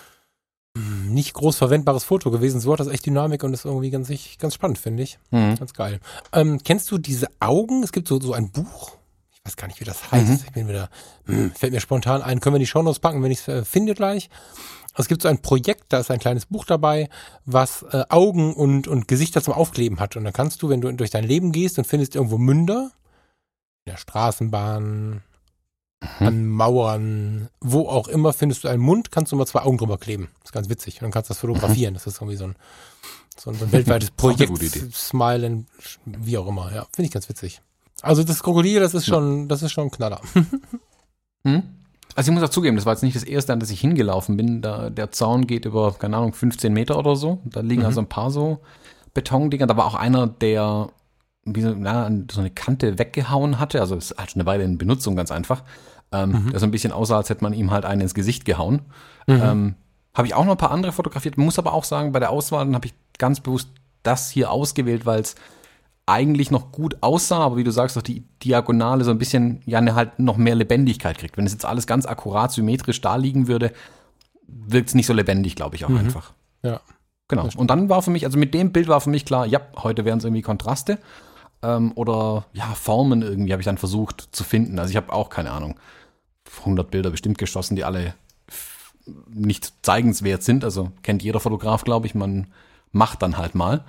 nicht groß verwendbares Foto gewesen. So hat das echt Dynamik und ist irgendwie ganz spannend, finde ich. Ganz geil. Kennst du diese Augen? Es gibt so ein Buch. Ich weiß gar nicht, wie das heißt. Ich bin wieder, fällt mir spontan ein. Können wir in die Shownotes packen, wenn ich es finde gleich. Es gibt so ein Projekt, da ist ein kleines Buch dabei, was Augen und Gesichter zum Aufkleben hat. Und dann kannst du, wenn du durch dein Leben gehst und findest irgendwo Münder, in der Straßenbahn, an Mauern, wo auch immer findest du einen Mund, kannst du mal 2 Augen drüber kleben. Das ist ganz witzig. Und dann kannst du das fotografieren. Das ist irgendwie so ein weltweites Projekt. Smile and wie auch immer. Ja, finde ich ganz witzig. Also das Krokodil, das ist schon ein Knaller.
Also ich muss auch zugeben, das war jetzt nicht das erste, an das ich hingelaufen bin. Der Zaun geht über, keine Ahnung, 15 Meter oder so. Da liegen also ein paar so Betondinger. Da war auch einer, der so eine Kante weggehauen hatte. Also das ist halt schon eine Weile in Benutzung, ganz einfach. Der so ein bisschen aussah, als hätte man ihm halt einen ins Gesicht gehauen. Habe ich auch noch ein paar andere fotografiert. Muss aber auch sagen, bei der Auswahl habe ich ganz bewusst das hier ausgewählt, weil es eigentlich noch gut aussah, aber wie du sagst, doch die Diagonale so ein bisschen, halt noch mehr Lebendigkeit kriegt. Wenn es jetzt alles ganz akkurat, symmetrisch da liegen würde, wirkt es nicht so lebendig, glaube ich auch einfach.
Ja.
Genau. Und dann war für mich, also mit dem Bild war für mich klar, ja, heute wären es irgendwie Kontraste oder Formen irgendwie habe ich dann versucht zu finden. Also ich habe auch, keine Ahnung, 100 Bilder bestimmt geschossen, die alle nicht zeigenswert sind. Also kennt jeder Fotograf, glaube ich, man macht dann halt mal.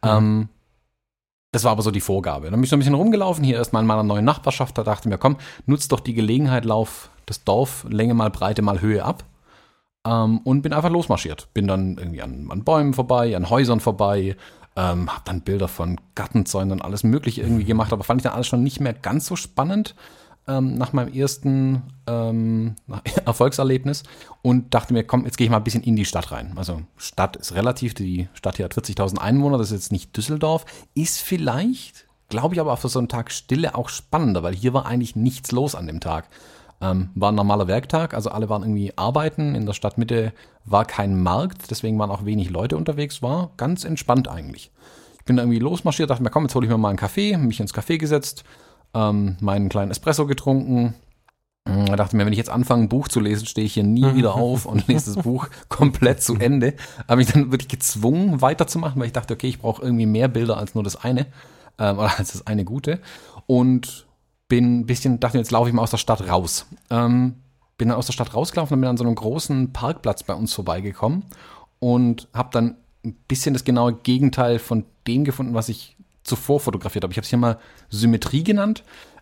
Das war aber so die Vorgabe. Dann bin ich so ein bisschen rumgelaufen, hier erstmal in meiner neuen Nachbarschaft. Da dachte ich mir, komm, nutz doch die Gelegenheit, lauf das Dorf Länge mal Breite mal Höhe ab. Und bin einfach losmarschiert. Bin dann irgendwie an Bäumen vorbei, an Häusern vorbei. Hab dann Bilder von Gartenzäunen und alles Mögliche irgendwie gemacht. Aber fand ich dann alles schon nicht mehr ganz so spannend nach meinem ersten Erfolgserlebnis. Und dachte mir, komm, jetzt gehe ich mal ein bisschen in die Stadt rein. Also Stadt ist relativ, die Stadt hier hat 40.000 Einwohner, das ist jetzt nicht Düsseldorf. Ist vielleicht, glaube ich, aber auf so einen Tag Stille auch spannender, weil hier war eigentlich nichts los an dem Tag. War ein normaler Werktag, also alle waren irgendwie arbeiten. In der Stadtmitte war kein Markt, deswegen waren auch wenig Leute unterwegs. War ganz entspannt eigentlich. Ich bin da irgendwie losmarschiert, dachte mir, komm, jetzt hole ich mir mal einen Kaffee, mich ins Café gesetzt, meinen kleinen Espresso getrunken. Da dachte mir, wenn ich jetzt anfange, ein Buch zu lesen, stehe ich hier nie wieder auf und lese das Buch komplett zu Ende. Habe mich dann wirklich gezwungen, weiterzumachen, weil ich dachte, okay, ich brauche irgendwie mehr Bilder als nur das eine, oder als das eine gute. Und bin ein bisschen, dachte, jetzt laufe ich mal aus der Stadt raus. Bin dann aus der Stadt rausgelaufen und bin an so einem großen Parkplatz bei uns vorbeigekommen und habe dann ein bisschen das genaue Gegenteil von dem gefunden, was ich zuvor fotografiert habe. Ich habe es hier mal Symmetrie genannt.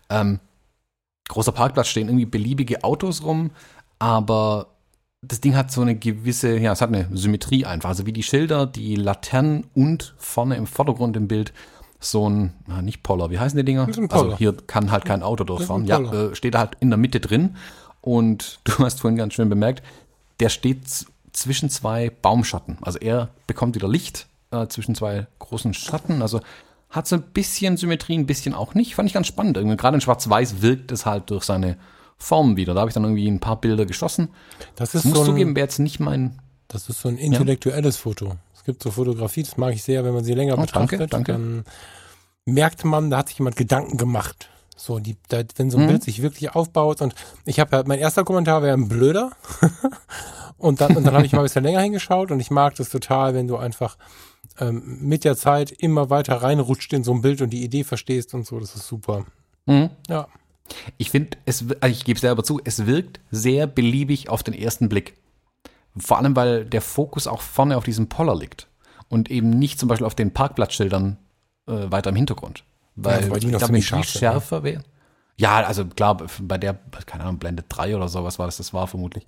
Großer Parkplatz, stehen irgendwie beliebige Autos rum, aber das Ding hat so eine gewisse, es hat eine Symmetrie einfach. Also wie die Schilder, die Laternen und vorne im Vordergrund im Bild so ein, nicht Poller, wie heißen die Dinger? Also hier kann halt kein Auto durchfahren. Ja, steht halt in der Mitte drin und du hast vorhin ganz schön bemerkt, der steht zwischen 2 Baumschatten. Also er bekommt wieder Licht zwischen 2 großen Schatten, also hat so ein bisschen Symmetrie, ein bisschen auch nicht. Fand ich ganz spannend. Irgendwie. Gerade in Schwarz-Weiß wirkt es halt durch seine Form wieder. Da habe ich dann irgendwie ein paar Bilder geschossen.
Das
muss zugeben, wäre jetzt nicht mein...
Das ist so ein intellektuelles Foto. Es gibt so Fotografie, das mag ich sehr, wenn man sie länger betrachtet.
Danke.
Dann merkt man, da hat sich jemand Gedanken gemacht. So, wenn so ein Bild sich wirklich aufbaut. Und ich habe mein erster Kommentar wäre ein blöder. und dann habe ich mal ein bisschen länger hingeschaut und ich mag das total, wenn du einfach mit der Zeit immer weiter reinrutscht in so ein Bild und die Idee verstehst und so, das ist super. Ja.
Ich finde, ich gebe selber zu, es wirkt sehr beliebig auf den ersten Blick. Vor allem, weil der Fokus auch vorne auf diesem Poller liegt und eben nicht zum Beispiel auf den Parkplatzschildern weiter im Hintergrund. Weil
die noch
wenn die
scharf
schärfer wäre. Ja, also klar, bei der, keine Ahnung, Blende 3 oder sowas war das war vermutlich.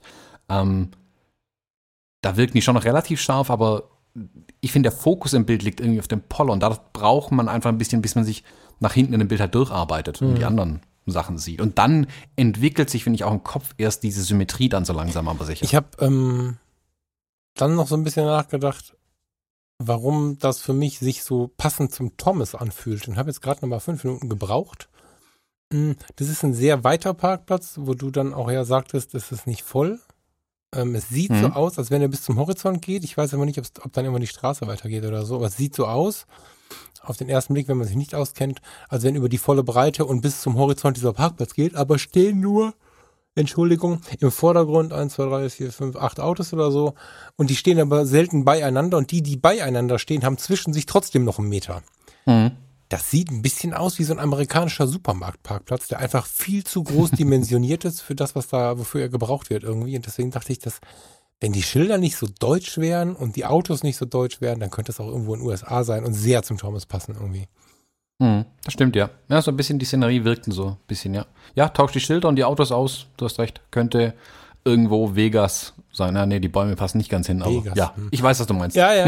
Da wirken die schon noch relativ scharf, aber ich finde, der Fokus im Bild liegt irgendwie auf dem Poller und da braucht man einfach ein bisschen, bis man sich nach hinten in dem Bild halt durcharbeitet und die anderen Sachen sieht. Und dann entwickelt sich, finde ich, auch im Kopf erst diese Symmetrie dann so langsam aber sicher.
Ich habe dann noch so ein bisschen nachgedacht, warum das für mich sich so passend zum Thomas anfühlt und habe jetzt gerade noch mal 5 Minuten gebraucht. Das ist ein sehr weiter Parkplatz, wo du dann auch ja sagtest, es ist nicht voll. Es sieht so aus, als wenn er bis zum Horizont geht. Ich weiß aber nicht, ob dann immer die Straße weitergeht oder so, aber es sieht so aus, auf den ersten Blick, wenn man sich nicht auskennt, als wenn über die volle Breite und bis zum Horizont dieser Parkplatz geht, aber stehen nur, Entschuldigung, im Vordergrund 1, 2, 3, 4, 5, 8 Autos oder so und die stehen aber selten beieinander und die beieinander stehen, haben zwischen sich trotzdem noch einen Meter. Das sieht ein bisschen aus wie so ein amerikanischer Supermarktparkplatz, der einfach viel zu groß dimensioniert ist für das, wofür er gebraucht wird irgendwie. Und deswegen dachte ich, dass wenn die Schilder nicht so deutsch wären und die Autos nicht so deutsch wären, dann könnte es auch irgendwo in den USA sein und sehr zum Thomas passen irgendwie.
Das stimmt, ja. Ja, so ein bisschen die Szenerie wirkten so ein bisschen, ja. Ja, tauscht die Schilder und die Autos aus, du hast recht, könnte irgendwo Vegas sein. Ja, nee, die Bäume passen nicht ganz hin, aber
Vegas,
ja, ich weiß, was du meinst.
Ja.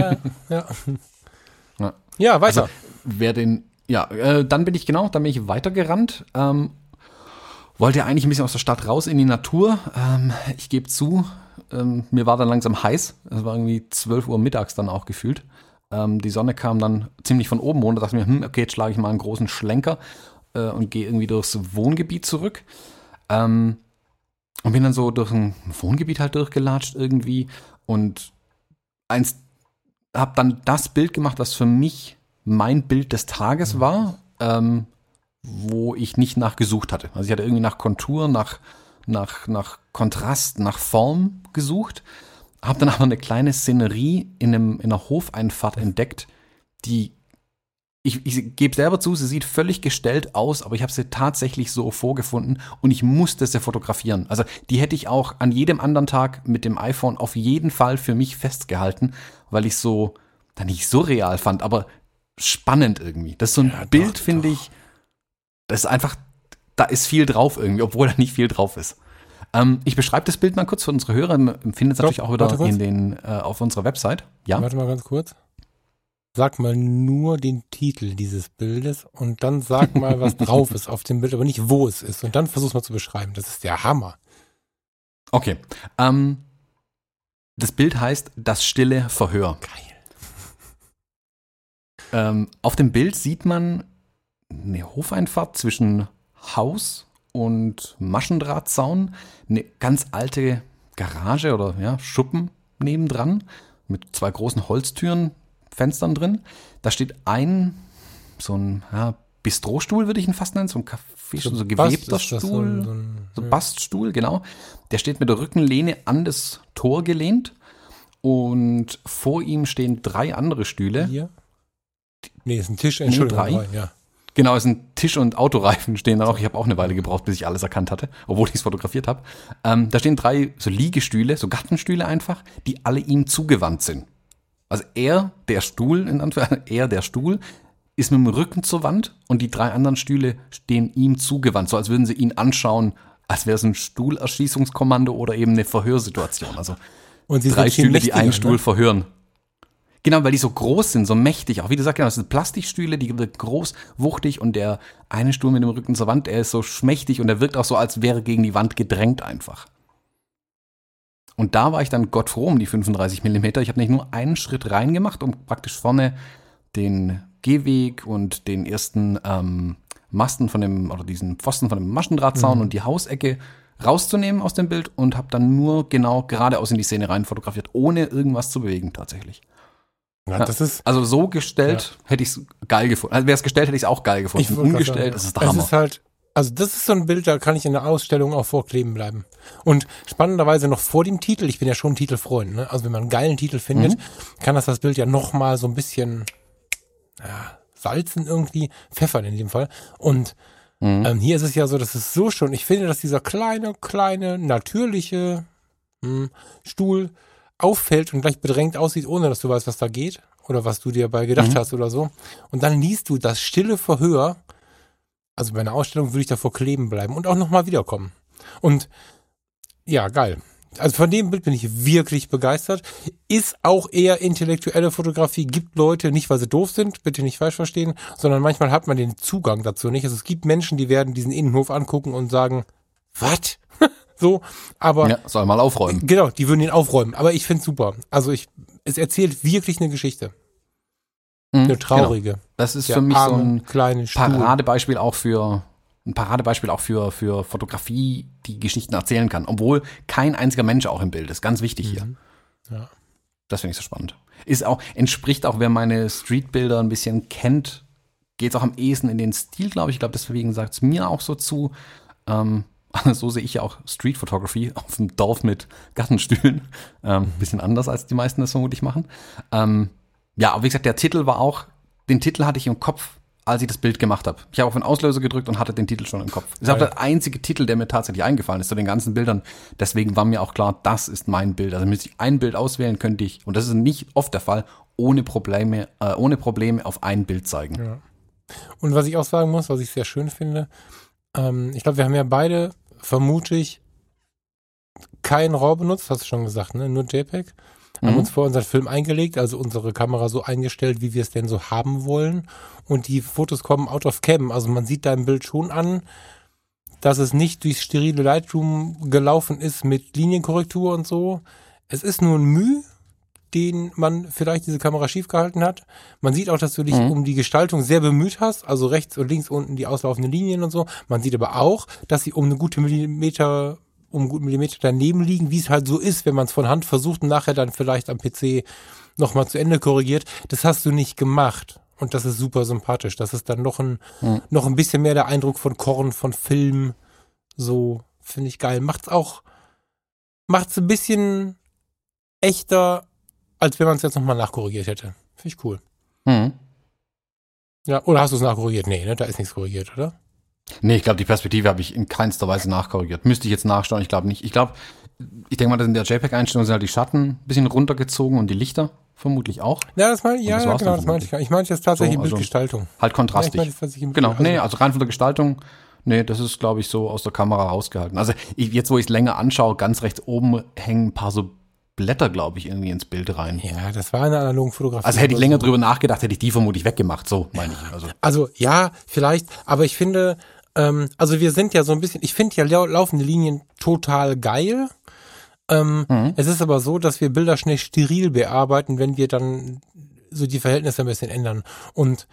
Ja, weiter.
Also, dann bin ich weitergerannt. Wollte ja eigentlich ein bisschen aus der Stadt raus in die Natur. Ich gebe zu, mir war dann langsam heiß. Es war irgendwie 12 Uhr mittags dann auch gefühlt. Die Sonne kam dann ziemlich von oben runter. Da dachte ich mir, okay, jetzt schlage ich mal einen großen Schlenker und gehe irgendwie durchs Wohngebiet zurück. Und bin dann so durch ein Wohngebiet halt durchgelatscht irgendwie und habe dann das Bild gemacht, was für mich mein Bild des Tages war, wo ich nicht nachgesucht hatte. Also ich hatte irgendwie nach Kontur, nach Kontrast, nach Form gesucht, habe dann aber eine kleine Szenerie in einer Hofeinfahrt entdeckt, die ich gebe selber zu, sie sieht völlig gestellt aus, aber ich habe sie tatsächlich so vorgefunden und ich musste sie fotografieren. Also die hätte ich auch an jedem anderen Tag mit dem iPhone auf jeden Fall für mich festgehalten, weil ich so dann nicht so real fand, aber spannend irgendwie. Das ist so ein Bild, finde ich, das ist einfach, da ist viel drauf irgendwie, obwohl da nicht viel drauf ist. Ich beschreibe das Bild mal kurz für unsere Hörer, findet es natürlich auch wieder auf unserer Website. Ja?
Warte mal ganz kurz. Sag mal nur den Titel dieses Bildes und dann sag mal, was drauf ist auf dem Bild, aber nicht, wo es ist. Und dann versuch's mal zu beschreiben. Das ist der Hammer.
Okay. Das Bild heißt Das stille Verhör.
Geil.
Auf dem Bild sieht man eine Hofeinfahrt zwischen Haus und Maschendrahtzaun, eine ganz alte Garage oder Schuppen nebendran mit 2 großen Holztüren, Fenstern drin. Da steht so ein Bistrostuhl, würde ich ihn fast nennen, so ein Kaffeestuhl, so gewebter Stuhl, so Baststuhl, genau. Der steht mit der Rückenlehne an das Tor gelehnt und vor ihm stehen 3 andere Stühle.
Hier? Nee, ist ein Tisch, Entschuldigung.
3. Ja. Genau, es ist ein Tisch und Autoreifen stehen da noch. Ich habe auch eine Weile gebraucht, bis ich alles erkannt hatte, obwohl ich es fotografiert habe. Da stehen 3 so Liegestühle, so Gartenstühle einfach, die alle ihm zugewandt sind. Also der Stuhl, ist mit dem Rücken zur Wand und die 3 anderen Stühle stehen ihm zugewandt, so als würden sie ihn anschauen, als wäre es ein Stuhlerschießungskommando oder eben eine Verhörsituation. Also
und sie
3 Stühle, die einen Stuhl verhören. Genau, weil die so groß sind, so mächtig. Auch wie du sagst, das sind Plastikstühle, die sind groß, wuchtig und der eine Stuhl mit dem Rücken zur Wand, der ist so schmächtig und der wirkt auch so, als wäre gegen die Wand gedrängt einfach. Und da war ich dann gottfroh um die 35 mm. Ich habe nicht nur einen Schritt reingemacht, um praktisch vorne den Gehweg und den ersten Masten diesen Pfosten von dem Maschendrahtzaun und die Hausecke rauszunehmen aus dem Bild und habe dann nur genau geradeaus in die Szene rein fotografiert, ohne irgendwas zu bewegen tatsächlich.
Ja, das ist,
also so gestellt hätte ich es geil gefunden. Also wäre es gestellt, hätte ich es auch geil gefunden. Umgestellt, das ist der Hammer.
Es ist halt, also das ist so ein Bild, da kann ich in der Ausstellung auch vorkleben bleiben. Und spannenderweise noch vor dem Titel, ich bin ja schon ein Titelfreund, ne? Also wenn man einen geilen Titel findet, kann das Bild ja noch mal so ein bisschen salzen irgendwie, pfeffern in dem Fall. Und Hier ist es ja so, dass es so schon, ich finde, dass dieser kleine, natürliche Stuhl auffällt und gleich bedrängt aussieht, ohne dass du weißt, was da geht oder was du dir dabei gedacht hast oder so. Und dann liest du das stille Verhör. Also bei einer Ausstellung würde ich davor kleben bleiben und auch nochmal wiederkommen. Und ja, geil. Also von dem Bild bin ich wirklich begeistert. Ist auch eher intellektuelle Fotografie. Gibt Leute, nicht weil sie doof sind, bitte nicht falsch verstehen, sondern manchmal hat man den Zugang dazu nicht. Also es gibt Menschen, die werden diesen Innenhof angucken und sagen, was? So, aber...
Ja, soll mal aufräumen.
Genau, die würden ihn aufräumen. Aber ich finde es super. Also es erzählt wirklich eine Geschichte. Eine traurige.
Genau. Das ist für mich so ein
kleines
Paradebeispiel auch für Fotografie, die Geschichten erzählen kann. Obwohl kein einziger Mensch auch im Bild ist. Ganz wichtig hier.
Ja.
Das finde ich so spannend. Entspricht auch, wer meine Streetbilder ein bisschen kennt, geht es auch am ehesten in den Stil, glaube ich. Ich glaube, deswegen sagt es mir auch so zu. So sehe ich ja auch Street Photography auf dem Dorf mit Gartenstühlen. Bisschen anders, als die meisten das vermutlich machen. Ja, aber wie gesagt, den Titel hatte ich im Kopf, als ich das Bild gemacht habe. Ich habe auf den Auslöser gedrückt und hatte den Titel schon im Kopf. Das ist auch der einzige Titel, der mir tatsächlich eingefallen ist zu den ganzen Bildern. Deswegen war mir auch klar, das ist mein Bild. Also müsste ich ein Bild auswählen, könnte ich, und das ist nicht oft der Fall, ohne Probleme auf ein Bild zeigen.
Ja. Und was ich auch sagen muss, was ich sehr schön finde, ich glaube, wir haben ja beide vermutlich kein RAW benutzt, hast du schon gesagt, ne? Nur JPEG. Haben uns vor unseren Film eingelegt, also unsere Kamera so eingestellt, wie wir es denn so haben wollen. Und die Fotos kommen out of cam. Also man sieht da im Bild schon an, dass es nicht durchs sterile Lightroom gelaufen ist mit Linienkorrektur und so. Es ist nur ein Mühe, den man vielleicht diese Kamera schief gehalten hat. Man sieht auch, dass du dich um die Gestaltung sehr bemüht hast, also rechts und links unten die auslaufenden Linien und so. Man sieht aber auch, dass sie um einen guten Millimeter daneben liegen, wie es halt so ist, wenn man es von Hand versucht und nachher dann vielleicht am PC nochmal zu Ende korrigiert. Das hast du nicht gemacht. Und das ist super sympathisch. Das ist dann noch ein bisschen mehr der Eindruck von Korn, von Film. So, finde ich geil. Macht's ein bisschen echter, als wenn man es jetzt nochmal nachkorrigiert hätte. Finde ich cool. Ja, oder hast du es nachkorrigiert? Nee, ne? Da ist nichts korrigiert, oder?
Nee, ich glaube, die Perspektive habe ich in keinster Weise nachkorrigiert. Müsste ich jetzt nachschauen, ich glaube nicht. Ich denke mal, dass in der JPEG-Einstellung sind halt die Schatten ein bisschen runtergezogen und die Lichter vermutlich auch.
Ja, das meine ich. Ich meine jetzt tatsächlich so, Bildgestaltung.
Halt kontrastig. Genau, also rein von der Gestaltung, das ist, glaube ich, so aus der Kamera rausgehalten. Also jetzt, wo ich es länger anschaue, ganz rechts oben hängen ein paar so Blätter, glaube ich, irgendwie ins Bild rein.
Ja, das war eine analogen Fotografie.
Also hätte ich länger drüber nachgedacht, hätte ich die vermutlich weggemacht, so meine ich.
Also ja, vielleicht, aber ich finde, also wir sind ja so ein bisschen, ich finde ja laufende Linien total geil. Es ist aber so, dass wir Bilder schnell steril bearbeiten, wenn wir dann so die Verhältnisse ein bisschen ändern. Und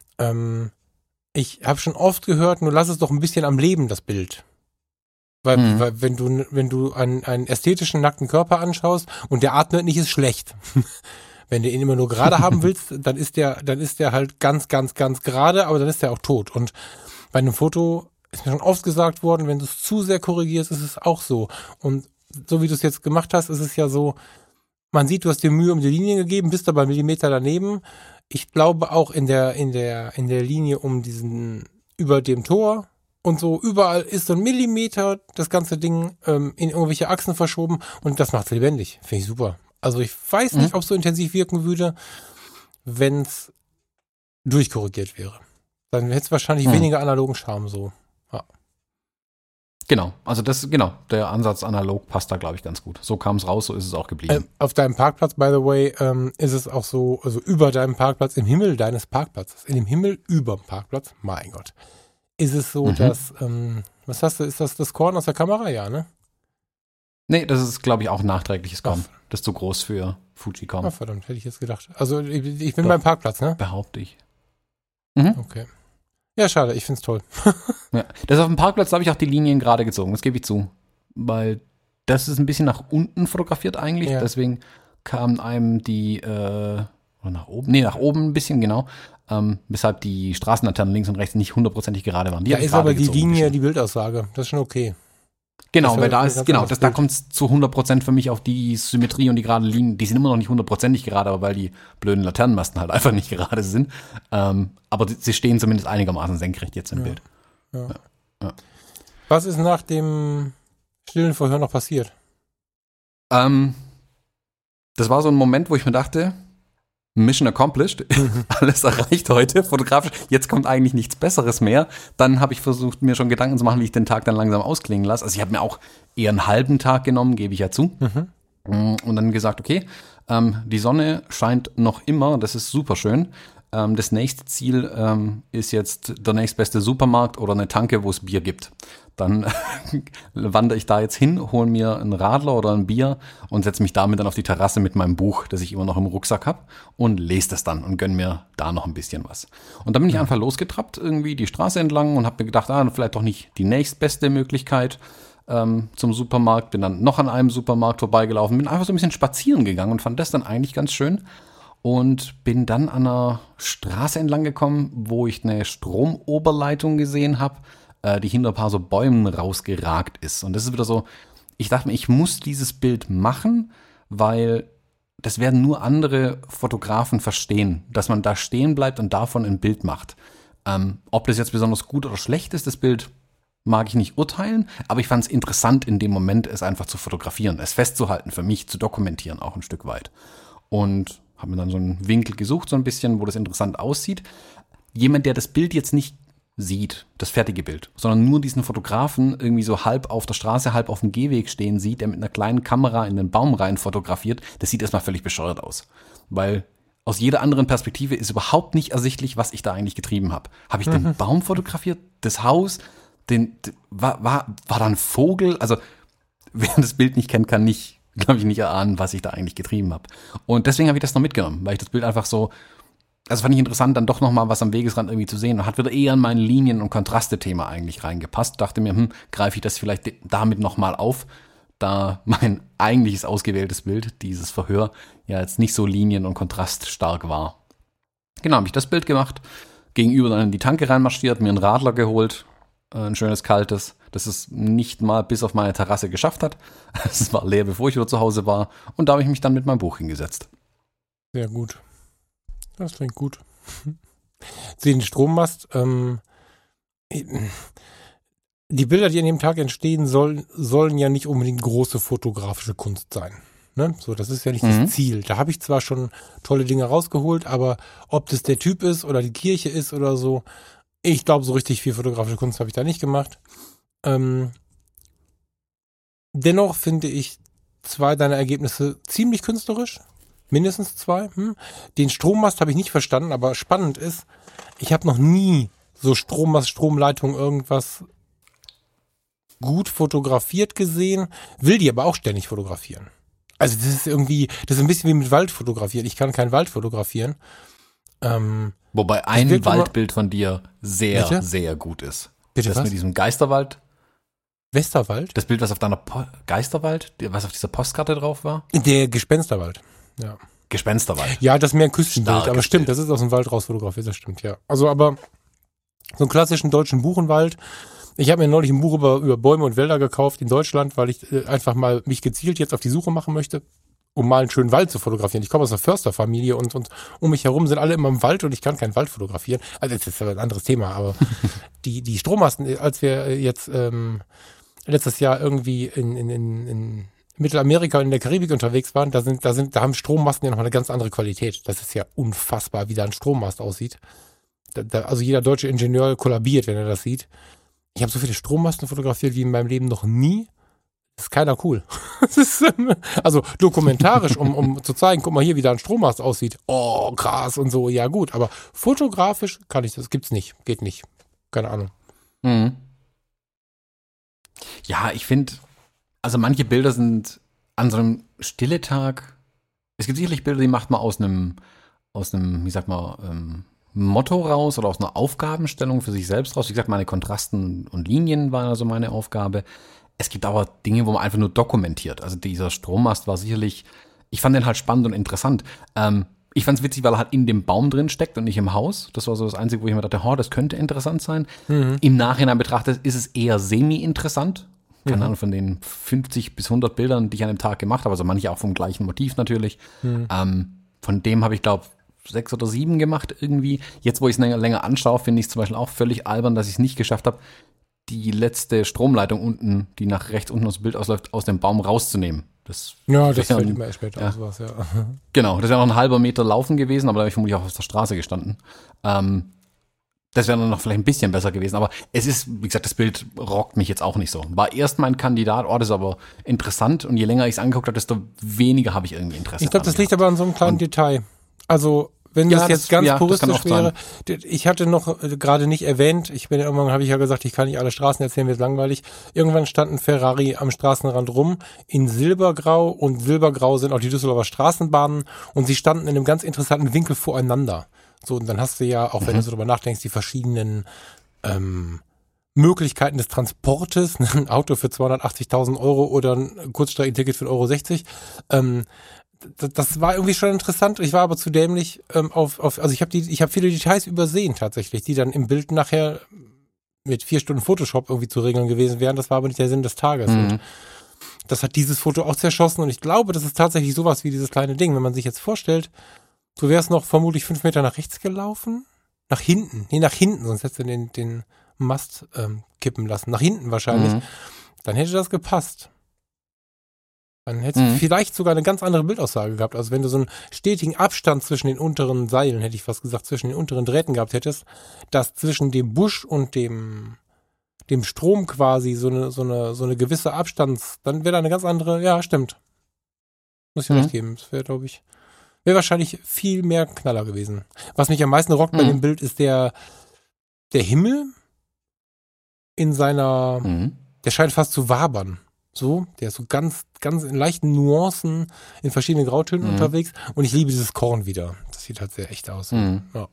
ich habe schon oft gehört, nur lass es doch ein bisschen am Leben, das Bild. Weil wenn du einen ästhetischen nackten Körper anschaust und der atmet nicht, ist schlecht. Wenn du ihn immer nur gerade haben willst, dann ist der halt ganz, ganz, ganz gerade, aber dann ist der auch tot. Und bei einem Foto ist mir schon oft gesagt worden, wenn du es zu sehr korrigierst, ist es auch so. Und so wie du es jetzt gemacht hast, ist es ja so, man sieht, du hast dir Mühe um die Linien gegeben, bist aber Millimeter daneben. Ich glaube auch in der Linie über dem Tor und so, überall ist so ein Millimeter das ganze Ding in irgendwelche Achsen verschoben und das macht's lebendig. Finde ich super. Also ich weiß nicht, ob es so intensiv wirken würde, wenn es durchkorrigiert wäre. Dann hätte es wahrscheinlich weniger analogen Charme so. Ja.
Genau, also der Ansatz analog passt da, glaube ich, ganz gut. So kam es raus, so ist es auch geblieben.
Auf deinem Parkplatz, by the way, ist es auch so, also über deinem Parkplatz, im Himmel deines Parkplatzes, in dem Himmel überm Parkplatz, mein Gott, ist es so, dass, was hast du, ist das Korn aus der Kamera? Ja, ne?
Nee, das ist, glaube ich, auch nachträgliches Korn. Das ist zu groß für Fuji-Korn.
Ah, verdammt, hätte ich jetzt gedacht. Also ich bin beim Parkplatz, ne?
Behaupte ich.
Okay. Ja, schade, ich find's toll.
Ja, das auf dem Parkplatz, da habe ich auch die Linien gerade gezogen, das gebe ich zu. Weil das ist ein bisschen nach unten fotografiert eigentlich, deswegen kamen einem die, nach oben ein bisschen, genau. Weshalb die Straßenlaternen links und rechts nicht hundertprozentig gerade waren.
Da ist aber die Linie die Bildaussage, das ist schon okay.
Genau, weil da kommt es zu 100% für mich auf die Symmetrie und die gerade Linien. Die sind immer noch nicht hundertprozentig gerade, aber weil die blöden Laternenmasten halt einfach nicht gerade sind. Aber sie stehen zumindest einigermaßen senkrecht jetzt im Bild.
Ja.
Ja.
Was ist nach dem stillen Verhör noch passiert?
Das war so ein Moment, wo ich mir dachte, Mission accomplished, alles erreicht heute, fotografisch, jetzt kommt eigentlich nichts Besseres mehr. Dann habe ich versucht, mir schon Gedanken zu machen, wie ich den Tag dann langsam ausklingen lasse. Also ich habe mir auch eher einen halben Tag genommen, gebe ich ja zu. Und dann gesagt, okay, die Sonne scheint noch immer, das ist super schön. Das nächste Ziel ist jetzt der nächstbeste Supermarkt oder eine Tanke, wo es Bier gibt. Dann wandere ich da jetzt hin, hole mir einen Radler oder ein Bier und setze mich damit dann auf die Terrasse mit meinem Buch, das ich immer noch im Rucksack habe, und lese das dann und gönne mir da noch ein bisschen was. Und dann bin ich einfach losgetrappt, irgendwie die Straße entlang und habe mir gedacht, vielleicht doch nicht die nächstbeste Möglichkeit zum Supermarkt. Bin dann noch an einem Supermarkt vorbeigelaufen, bin einfach so ein bisschen spazieren gegangen und fand das dann eigentlich ganz schön. Und bin dann an einer Straße entlang gekommen, wo ich eine Stromoberleitung gesehen habe, die hinter ein paar so Bäumen rausgeragt ist. Und das ist wieder so, ich dachte mir, ich muss dieses Bild machen, weil das werden nur andere Fotografen verstehen, dass man da stehen bleibt und davon ein Bild macht. Ob das jetzt besonders gut oder schlecht ist, das Bild mag ich nicht urteilen, aber ich fand es interessant in dem Moment, es einfach zu fotografieren, es festzuhalten, für mich zu dokumentieren, auch ein Stück weit. Und habe mir dann so einen Winkel gesucht, so ein bisschen, wo das interessant aussieht. Jemand, der das Bild jetzt nicht sieht, das fertige Bild, sondern nur diesen Fotografen irgendwie so halb auf der Straße, halb auf dem Gehweg stehen sieht, der mit einer kleinen Kamera in den Baum rein fotografiert, das sieht erstmal völlig bescheuert aus. Weil aus jeder anderen Perspektive ist überhaupt nicht ersichtlich, was ich da eigentlich getrieben habe. Habe ich den Baum fotografiert, das Haus, war da ein Vogel? Also, wer das Bild nicht kennt, kann nicht, glaube ich, nicht erahnen, was ich da eigentlich getrieben habe. Und deswegen habe ich das noch mitgenommen, weil ich das Bild einfach so, also fand ich interessant, dann doch nochmal was am Wegesrand irgendwie zu sehen und hat wieder eher in mein Linien- und Kontraste-Thema eigentlich reingepasst. Dachte mir, greife ich das vielleicht damit nochmal auf, da mein eigentliches ausgewähltes Bild, dieses Verhör, ja jetzt nicht so linien- und kontraststark war. Genau, habe ich das Bild gemacht, gegenüber dann in die Tanke reinmarschiert, mir einen Radler geholt, ein schönes kaltes, das es nicht mal bis auf meine Terrasse geschafft hat. Es war leer, bevor ich wieder zu Hause war. Und da habe ich mich dann mit meinem Buch hingesetzt.
Sehr gut. Das klingt gut. Den Strommast, die Bilder, die an dem Tag entstehen sollen ja nicht unbedingt große fotografische Kunst sein. Ne? So, das ist ja nicht das Ziel. Da habe ich zwar schon tolle Dinge rausgeholt, aber ob das der Typ ist oder die Kirche ist oder so, ich glaube, so richtig viel fotografische Kunst habe ich da nicht gemacht. Dennoch finde ich 2 deiner Ergebnisse ziemlich künstlerisch. Mindestens 2. Den Strommast habe ich nicht verstanden, aber spannend ist, ich habe noch nie so Strommast, Stromleitung, irgendwas gut fotografiert gesehen, will die aber auch ständig fotografieren. Also das ist ein bisschen wie mit Wald fotografieren. Ich kann keinen Wald fotografieren.
Wobei ein Waldbild von dir sehr,
Bitte?
sehr gut ist.
Bitte,
das
was?
mit diesem Geisterwald.
Westerwald?
Das Bild, was auf deiner Geisterwald, was auf dieser Postkarte drauf war?
Der Gespensterwald, ja.
Gespensterwald.
Ja, das ist mehr ein Küstenbild,
Starkes
aber stimmt,
Bild.
das ist aus dem Wald raus fotografiert, das stimmt, ja. Also aber so einen klassischen deutschen Buchenwald. Ich habe mir neulich ein Buch über Bäume und Wälder gekauft in Deutschland, weil ich einfach mal mich gezielt jetzt auf die Suche machen möchte, um mal einen schönen Wald zu fotografieren. Ich komme aus einer Försterfamilie und um mich herum sind alle immer im Wald und ich kann keinen Wald fotografieren. Also das ist ein anderes Thema, aber die Strommasten, als wir jetzt letztes Jahr irgendwie in Mittelamerika und in der Karibik unterwegs waren, da haben Strommasten ja nochmal eine ganz andere Qualität. Das ist ja unfassbar, wie da ein Strommast aussieht. Also jeder deutsche Ingenieur kollabiert, wenn er das sieht. Ich habe so viele Strommasten fotografiert wie in meinem Leben noch nie. Das ist keiner cool. Das ist, also dokumentarisch, um zu zeigen, guck mal hier, wie da ein Strommast aussieht. Oh, krass und so, ja gut. Aber fotografisch kann ich das, gibt's nicht, geht nicht. Keine Ahnung.
Mhm. Ja, ich finde, also manche Bilder sind an so einem Stilletag, es gibt sicherlich Bilder, die macht man aus einem, wie sag mal, Motto raus oder aus einer Aufgabenstellung für sich selbst raus. Wie gesagt, meine Kontrasten und Linien waren also meine Aufgabe. Es gibt aber Dinge, wo man einfach nur dokumentiert. Also dieser Strommast war sicherlich, ich fand den halt spannend und interessant. Ich fand es witzig, weil er halt in dem Baum drin steckt und nicht im Haus. Das war so das Einzige, wo ich mir dachte, das könnte interessant sein. Im Nachhinein betrachtet ist es eher semi-interessant. Keine Ahnung, von den 50 bis 100 Bildern, die ich an dem Tag gemacht habe, also manche auch vom gleichen Motiv natürlich. Von dem habe ich, glaube 6 oder 7 gemacht irgendwie. Jetzt, wo ich es länger anschaue, finde ich es zum Beispiel auch völlig albern, dass ich es nicht geschafft habe, die letzte Stromleitung unten, die nach rechts unten aus dem Bild ausläuft, aus dem Baum rauszunehmen. Das
fällt immer erst später
ja.
aus was, ja.
Genau, das wäre noch ein halber Meter laufen gewesen, aber da habe ich vermutlich auch auf der Straße gestanden. Das wäre dann noch vielleicht ein bisschen besser gewesen, aber es ist, wie gesagt, das Bild rockt mich jetzt auch nicht so. War erst mein Kandidat, das ist aber interessant und je länger ich es angeguckt habe, desto weniger habe ich irgendwie Interesse.
Ich glaube, das liegt aber an so einem kleinen Detail. Also, wenn das jetzt ganz puristisch wäre, ich hatte noch gerade nicht erwähnt, irgendwann habe ich ja gesagt, ich kann nicht alle Straßen erzählen, wird langweilig. Irgendwann stand ein Ferrari am Straßenrand rum in Silbergrau und Silbergrau sind auch die Düsseldorfer Straßenbahnen und sie standen in einem ganz interessanten Winkel voreinander. So, und dann hast du ja, auch wenn du so drüber nachdenkst, die verschiedenen Möglichkeiten des Transportes, ein Auto für 280.000 € oder ein Kurzstreckenticket für 1,60 €. Das war irgendwie schon interessant. Ich war aber zu dämlich also ich habe viele Details übersehen tatsächlich, die dann im Bild nachher mit 4 Stunden Photoshop irgendwie zu regeln gewesen wären. Das war aber nicht der Sinn des Tages. Und das hat dieses Foto auch zerschossen und ich glaube, das ist tatsächlich sowas wie dieses kleine Ding. Wenn man sich jetzt vorstellt, du wärst noch vermutlich 5 Meter nach rechts gelaufen. Nach hinten. Nee, nach hinten, sonst hättest du den Mast kippen lassen. Nach hinten wahrscheinlich. Dann hätte das gepasst. Dann hättest du vielleicht sogar eine ganz andere Bildaussage gehabt. Also wenn du so einen stetigen Abstand zwischen den unteren Seilen, hätte ich fast gesagt, zwischen den unteren Drähten gehabt hättest, dass zwischen dem Busch und dem Strom quasi so eine gewisse dann wäre da eine ganz andere, ja, stimmt. Muss ich recht geben. Das wäre, glaube ich, wahrscheinlich viel mehr Knaller gewesen. Was mich am meisten rockt bei dem Bild ist der Himmel in seiner, der scheint fast zu wabern. So, der ist so ganz, ganz in leichten Nuancen in verschiedenen Grautönen unterwegs und ich liebe dieses Korn wieder. Das sieht halt sehr echt aus. Ja.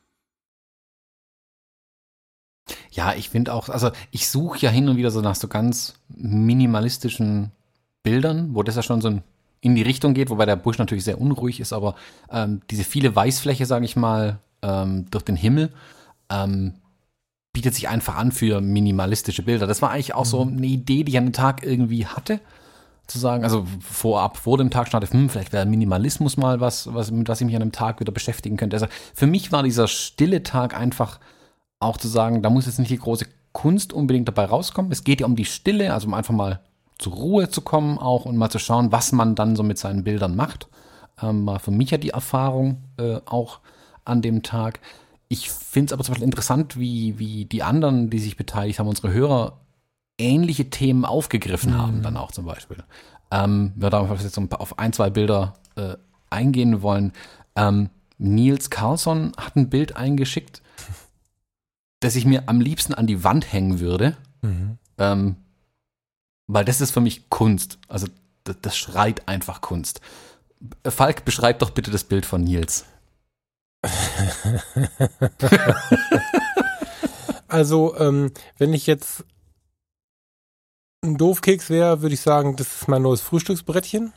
Ja, ich finde auch, also ich suche ja hin und wieder so nach so ganz minimalistischen Bildern, wo das ja schon so in die Richtung geht, wobei der Busch natürlich sehr unruhig ist, aber diese viele Weißfläche, sage ich mal, durch den Himmel, bietet sich einfach an für minimalistische Bilder. Das war eigentlich auch so eine Idee, die ich an den Tag irgendwie hatte, zu sagen, also vor dem Tag stand vielleicht wäre Minimalismus mal mit was ich mich an einem Tag wieder beschäftigen könnte. Also für mich war dieser stille Tag einfach auch zu sagen, da muss jetzt nicht die große Kunst unbedingt dabei rauskommen. Es geht ja um die Stille, also um einfach mal zur Ruhe zu kommen auch und mal zu schauen, was man dann so mit seinen Bildern macht. War für mich ja die Erfahrung auch an dem Tag. Ich finde es aber zum Beispiel interessant, wie die anderen, die sich beteiligt haben, unsere Hörer, ähnliche Themen aufgegriffen haben dann auch zum Beispiel. Wir da jetzt auf 1, 2 Bilder eingehen wollen. Nils Carlson hat ein Bild eingeschickt, das ich mir am liebsten an die Wand hängen würde, weil das ist für mich Kunst. Also das schreit einfach Kunst. Falk, beschreib doch bitte das Bild von Nils.
Also, wenn ich jetzt ein Doofkeks wäre, würde ich sagen, das ist mein neues Frühstücksbrettchen.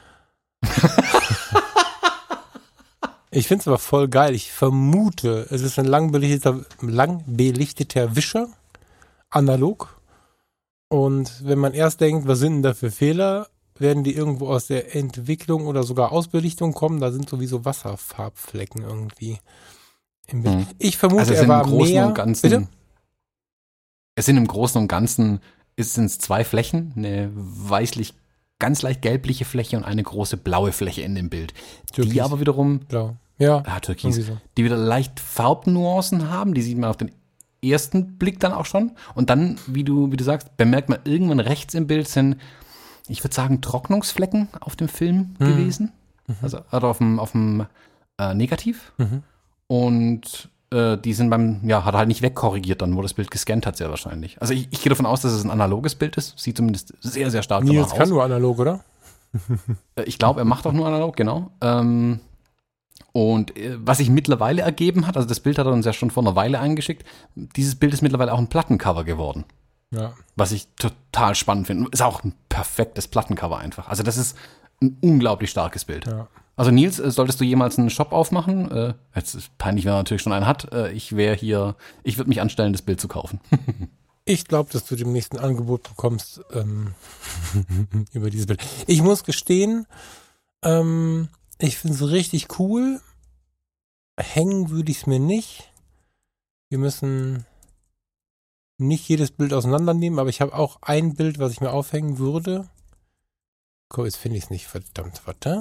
Ich finde es aber voll geil. Ich vermute, es ist ein lang belichteter Wischer, analog. Und wenn man erst denkt, was sind denn da für Fehler, werden die irgendwo aus der Entwicklung oder sogar Ausbelichtung kommen. Da sind sowieso Wasserfarbflecken irgendwie im Bild. Ich vermute,
also
er war mehr... Bitte?
Es sind im Großen und Ganzen sind es 2 Flächen, eine weißlich, ganz leicht gelbliche Fläche und eine große blaue Fläche in dem Bild.
Türkis.
Die aber wiederum,
Blau. Ja,
Türkis,
so.
Die wieder leicht Farbnuancen haben, die sieht man auf den ersten Blick dann auch schon. Und dann, wie du sagst, bemerkt man irgendwann rechts im Bild sind, ich würde sagen, Trocknungsflecken auf dem Film gewesen. Also auf dem Negativ. Und die sind hat halt nicht wegkorrigiert dann, wo das Bild gescannt hat, sehr wahrscheinlich. Also ich gehe davon aus, dass es ein analoges Bild ist. Sieht zumindest sehr, sehr stark danach aus.
Nils kann nur analog, oder?
Ich glaube, er macht auch nur analog, genau. Und was sich mittlerweile ergeben hat, also das Bild hat er uns ja schon vor einer Weile eingeschickt, dieses Bild ist mittlerweile auch ein Plattencover geworden.
Ja.
Was ich total spannend finde. Ist auch ein perfektes Plattencover einfach. Also das ist ein unglaublich starkes Bild. Ja. Also Nils, solltest du jemals einen Shop aufmachen? Jetzt ist peinlich, wenn er natürlich schon einen hat. Ich würde mich anstellen, das Bild zu kaufen.
Ich glaube, dass du dem nächsten Angebot bekommst über dieses Bild. Ich muss gestehen, ich finde es richtig cool, hängen würde ich es mir nicht. Wir müssen nicht jedes Bild auseinandernehmen, aber ich habe auch ein Bild, was ich mir aufhängen würde. Guck, jetzt finde ich es nicht, verdammt, warte.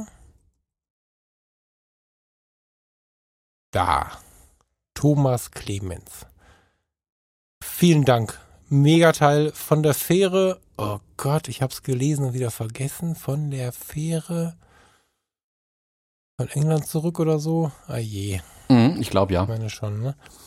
Da. Thomas Clemens. Vielen Dank. Megateil von der Fähre. Oh Gott, ich habe es gelesen und wieder vergessen. Von der Fähre von England zurück oder so. Ah je.
Ich glaube ja.
Ich meine schon,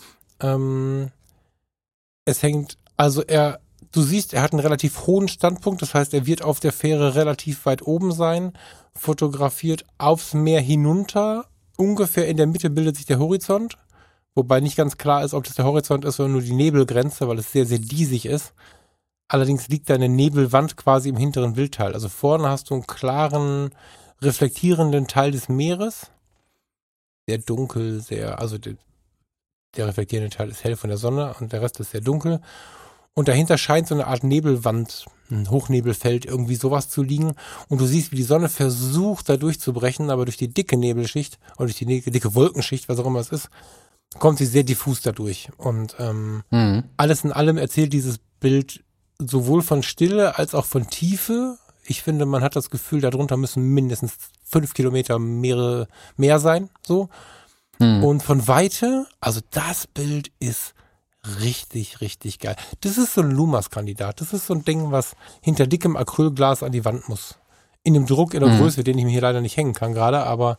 ne? Es hängt, also du siehst, er hat einen relativ hohen Standpunkt. Das heißt, er wird auf der Fähre relativ weit oben sein. Fotografiert aufs Meer hinunter. Ungefähr in der Mitte bildet sich der Horizont. Wobei nicht ganz klar ist, ob das der Horizont ist oder nur die Nebelgrenze, weil es sehr, sehr diesig ist. Allerdings liegt da eine Nebelwand quasi im hinteren Bildteil. Also vorne hast du einen klaren, reflektierenden Teil des Meeres. Sehr dunkel, also der reflektierende Teil ist hell von der Sonne und der Rest ist sehr dunkel. Und dahinter scheint so eine Art Nebelwand, ein Hochnebelfeld, irgendwie sowas zu liegen. Und du siehst, wie die Sonne versucht, da durchzubrechen, aber durch die dicke Nebelschicht oder durch die dicke Wolkenschicht, was auch immer es ist, kommt sie sehr diffus dadurch. Und alles in allem erzählt dieses Bild sowohl von Stille als auch von Tiefe. Ich finde, man hat das Gefühl, darunter müssen mindestens 5 Kilometer mehr sein. So. Und von Weite, also das Bild ist richtig, richtig geil. Das ist so ein Lumas-Kandidat. Das ist so ein Ding, was hinter dickem Acrylglas an die Wand muss. In dem Druck, in der Größe, den ich mir hier leider nicht hängen kann gerade, aber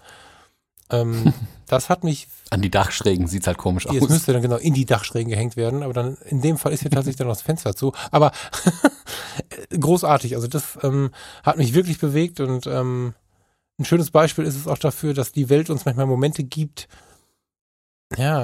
das hat mich...
An die Dachschrägen sieht's halt komisch aus.
Es müsste dann genau in die Dachschrägen gehängt werden, aber dann in dem Fall ist hier tatsächlich dann noch das Fenster zu. Aber großartig, also das hat mich wirklich bewegt und ein schönes Beispiel ist es auch dafür, dass die Welt uns manchmal Momente gibt, ja,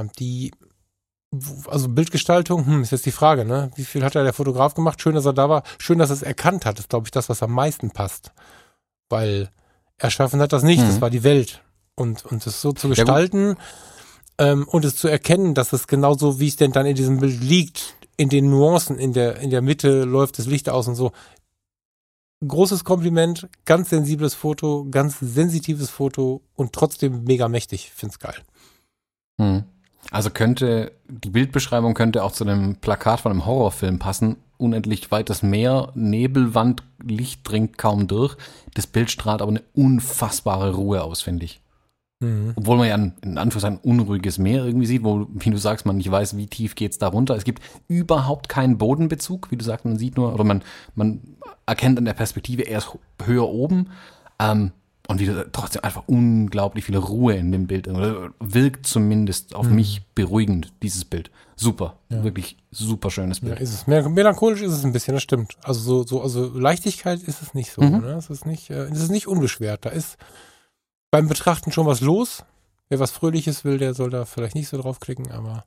also Bildgestaltung, ist jetzt die Frage, ne? Wie viel hat der Fotograf gemacht? Schön, dass er da war. Schön, dass er es erkannt hat. Das ist, glaube ich, das, was am meisten passt. Weil erschaffen hat das nicht, das war die Welt. Und es so zu gestalten und es zu erkennen, dass es genauso, wie es denn dann in diesem Bild liegt, in den Nuancen, in der Mitte läuft das Licht aus und so. Großes Kompliment, ganz sensibles Foto, ganz sensitives Foto und trotzdem mega mächtig. Find's geil.
Also die Bildbeschreibung könnte auch zu einem Plakat von einem Horrorfilm passen. Unendlich weites Meer, Nebelwand, Licht dringt kaum durch. Das Bild strahlt aber eine unfassbare Ruhe aus, finde ich. Obwohl man ja in Anführungszeichen ein unruhiges Meer irgendwie sieht, wo, wie du sagst, man nicht weiß, wie tief geht's da runter. Es gibt überhaupt keinen Bodenbezug, wie du sagst, man sieht nur, oder man erkennt an der Perspektive erst höher oben. Und wieder trotzdem einfach unglaublich viel Ruhe in dem Bild. Oder wirkt zumindest auf mich beruhigend, dieses Bild. Super, wirklich super schönes Bild.
Ja, ist es. Melancholisch ist es ein bisschen, das stimmt. Also also Leichtigkeit ist es nicht so. Ne? Es ist nicht unbeschwert. Da ist beim Betrachten schon was los. Wer was Fröhliches will, der soll da vielleicht nicht so draufklicken, aber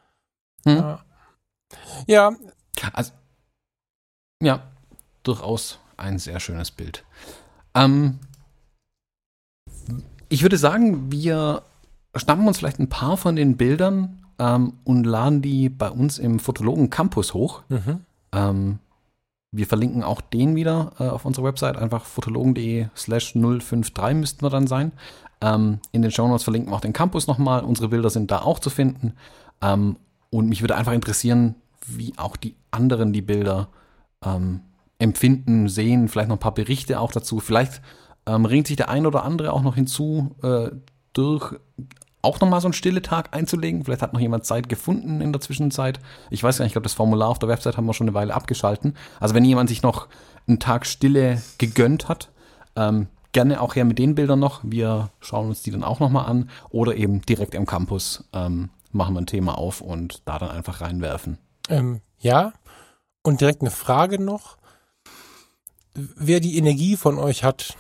ja.
Also, ja, durchaus ein sehr schönes Bild. Ich würde sagen, wir schnappen uns vielleicht ein paar von den Bildern und laden die bei uns im Fotologen Campus hoch. Wir verlinken auch den wieder auf unserer Website, einfach fotologen.de/053 müssten wir dann sein. In den Shownotes verlinken wir auch den Campus nochmal. Unsere Bilder sind da auch zu finden. Und mich würde einfach interessieren, wie auch die anderen die Bilder empfinden, sehen, vielleicht noch ein paar Berichte auch dazu. Vielleicht ringt sich der ein oder andere auch noch hinzu, auch nochmal so einen Stille-Tag einzulegen. Vielleicht hat noch jemand Zeit gefunden in der Zwischenzeit. Ich weiß gar nicht, ich glaube, das Formular auf der Website haben wir schon eine Weile abgeschalten. Also wenn jemand sich noch einen Tag Stille gegönnt hat, gerne auch her mit den Bildern noch. Wir schauen uns die dann auch nochmal an. Oder eben direkt im Campus machen wir ein Thema auf und da dann einfach reinwerfen.
Ja, und direkt eine Frage noch. Wer die Energie von euch hat,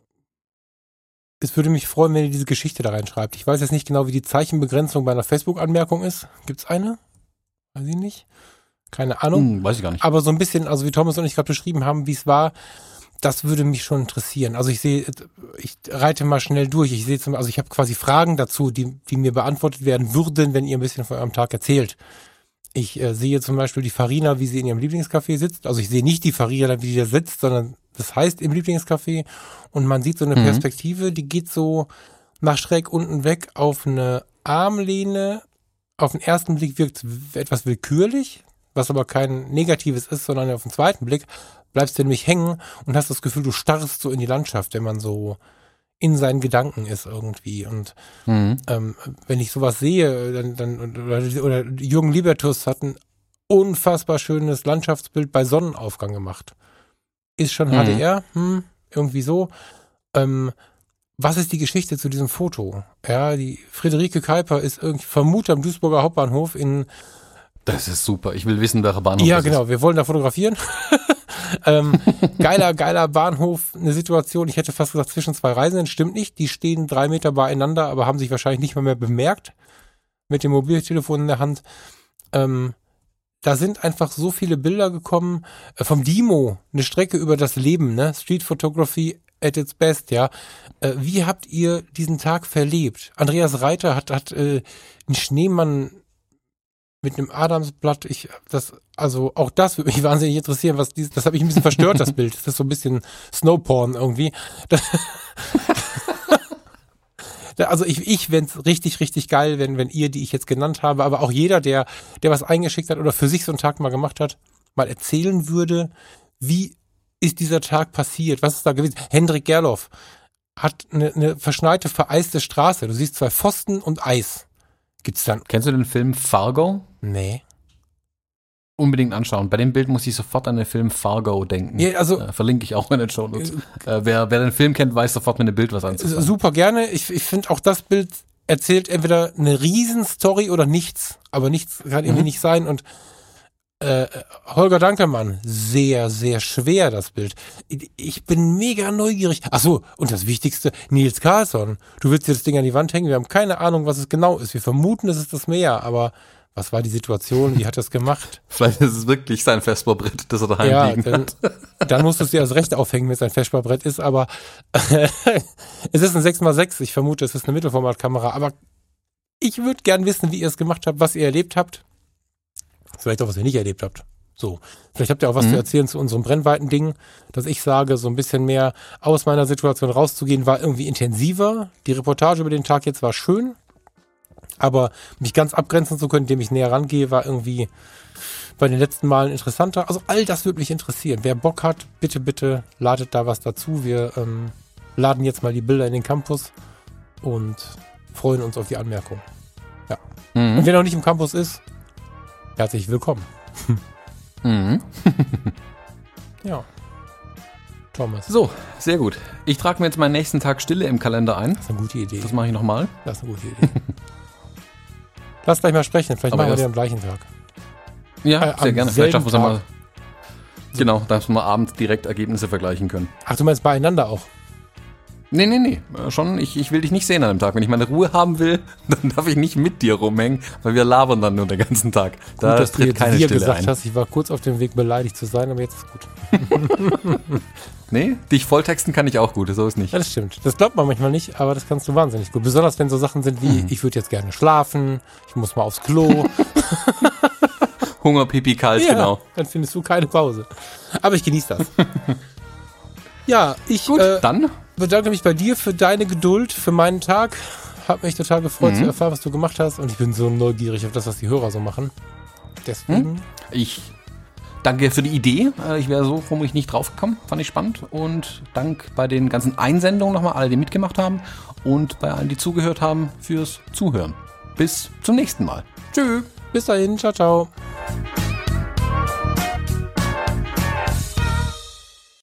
es würde mich freuen, wenn ihr diese Geschichte da reinschreibt. Ich weiß jetzt nicht genau, wie die Zeichenbegrenzung bei einer Facebook-Anmerkung ist. Gibt's eine? Weiß ich nicht. Keine Ahnung.
Weiß ich gar nicht.
Aber so ein bisschen, also wie Thomas und ich gerade beschrieben haben, wie es war, das würde mich schon interessieren. Also ich reite mal schnell durch. Ich habe quasi Fragen dazu, die mir beantwortet werden würden, wenn ihr ein bisschen von eurem Tag erzählt. Ich sehe zum Beispiel die Farina, wie sie in ihrem Lieblingscafé sitzt. Also ich sehe nicht die Farina, wie die da sitzt, sondern das heißt im Lieblingscafé. Und man sieht so eine Perspektive, die geht so nach schräg unten weg auf eine Armlehne auf den ersten Blick wirkt etwas willkürlich, was aber kein Negatives ist, sondern auf den zweiten Blick bleibst du nämlich hängen und hast das Gefühl, du starrst so in die Landschaft, wenn man so in seinen Gedanken ist irgendwie. Und wenn ich sowas sehe, oder Jürgen Libertus hat ein unfassbar schönes Landschaftsbild bei Sonnenaufgang gemacht. Ist schon HDR, irgendwie so. Was ist die Geschichte zu diesem Foto? Ja, die Friederike Kuiper ist irgendwie vermutet am Duisburger Hauptbahnhof in...
Das ist super. Ich will wissen, welcher Bahnhof
Ja,
das
genau.
ist.
Wir wollen da fotografieren. Geiler Bahnhof. Eine Situation, ich hätte fast gesagt, zwischen zwei Reisenden. Stimmt nicht. Die stehen 3 Meter beieinander, aber haben sich wahrscheinlich nicht mal mehr bemerkt. Mit dem Mobiltelefon in der Hand. Da sind einfach so viele Bilder gekommen. Vom Dimo, eine Strecke über das Leben, ne? Street Photography at its best, ja. Wie habt ihr diesen Tag verlebt? Andreas Reiter hat einen Schneemann mit einem Adamsblatt. Also auch das würde mich wahnsinnig interessieren, das hat mich ein bisschen verstört, das Bild. Das ist so ein bisschen Snowporn irgendwie. Also ich fände es richtig, richtig geil, wenn ihr, die ich jetzt genannt habe, aber auch jeder, der was eingeschickt hat oder für sich so einen Tag mal gemacht hat, mal erzählen würde, wie ist dieser Tag passiert? Was ist da gewesen? Hendrik Gerloff hat eine verschneite, vereiste Straße. Du siehst 2 Pfosten und Eis. Gibt's dann?
Kennst du den Film Fargo?
Nee.
Unbedingt anschauen. Bei dem Bild muss ich sofort an den Film Fargo denken.
Ja, also
verlinke ich auch in den Shownotes. Wer den Film kennt, weiß sofort mit dem Bild was anzufangen.
Super gerne. Ich finde auch das Bild erzählt entweder eine Riesenstory oder nichts. Aber nichts kann irgendwie nicht sein. Und Holger Dankelmann, sehr, sehr schwer das Bild. Ich bin mega neugierig. Ach so, und das Wichtigste, Nils Carlsson. Du willst dir das Ding an die Wand hängen. Wir haben keine Ahnung, was es genau ist. Wir vermuten, es ist das Meer, aber was war die Situation? Wie hat er es gemacht?
Vielleicht ist es wirklich sein Vesperbrett, das er daheim liegen hat.
Dann musst du es dir als Recht aufhängen, wenn es ein Vesperbrett ist, aber es ist ein 6x6. Ich vermute, es ist eine Mittelformatkamera, aber ich würde gern wissen, wie ihr es gemacht habt, was ihr erlebt habt. Vielleicht auch, was ihr nicht erlebt habt. So. Vielleicht habt ihr auch was zu erzählen zu unserem Brennweiten-Ding, dass ich sage, so ein bisschen mehr aus meiner Situation rauszugehen, war irgendwie intensiver. Die Reportage über den Tag jetzt war schön, aber mich ganz abgrenzen zu können, indem ich näher rangehe, war irgendwie bei den letzten Malen interessanter. Also all das würde mich interessieren. Wer Bock hat, bitte ladet da was dazu. Wir laden jetzt mal die Bilder in den Campus und freuen uns auf die Anmerkung. Ja. Und wer noch nicht im Campus ist, herzlich willkommen. Ja. Thomas.
So, sehr gut. Ich trage mir jetzt meinen nächsten Tag Stille im Kalender ein.
Das ist eine gute Idee.
Das mache ich nochmal.
Das ist eine gute Idee. Lass gleich mal sprechen. Vielleicht
Aber
machen wir den am gleichen Tag.
Ja, sehr gerne. Vielleicht schaffen wir es
selben
mal. Genau, dass wir abends direkt Ergebnisse vergleichen können.
Ach, du meinst beieinander auch?
Nee. Schon, ich will dich nicht sehen an dem Tag. Wenn ich meine Ruhe haben will, dann darf ich nicht mit dir rumhängen, weil wir labern dann nur den ganzen Tag. Da
Gut, dass du
tritt
jetzt
keine
wir
Stille
gesagt
ein.
hast. Ich war kurz auf dem Weg, beleidigt zu sein, aber jetzt ist gut.
Nee, dich volltexten kann ich auch gut, so ist nicht.
Ja, das stimmt. Das glaubt man manchmal nicht, aber das kannst du wahnsinnig gut. Besonders wenn so Sachen sind wie, ich würde jetzt gerne schlafen, ich muss mal aufs Klo.
Hunger, Pipi, kalt,
Ja,
genau.
dann findest du keine Pause. Aber ich genieße das. Ja, ich
Gut, dann
bedanke mich bei dir für deine Geduld, für meinen Tag. Hab mich total gefreut zu erfahren, was du gemacht hast. Und ich bin so neugierig auf das, was die Hörer so machen. Deswegen.
ich danke für die Idee. Ich wäre so vermutlich nicht draufgekommen. Fand ich spannend. Und Dank bei den ganzen Einsendungen nochmal, alle, die mitgemacht haben. Und bei allen, die zugehört haben, fürs Zuhören. Bis zum nächsten Mal. Tschüss.
Bis dahin. Ciao, ciao.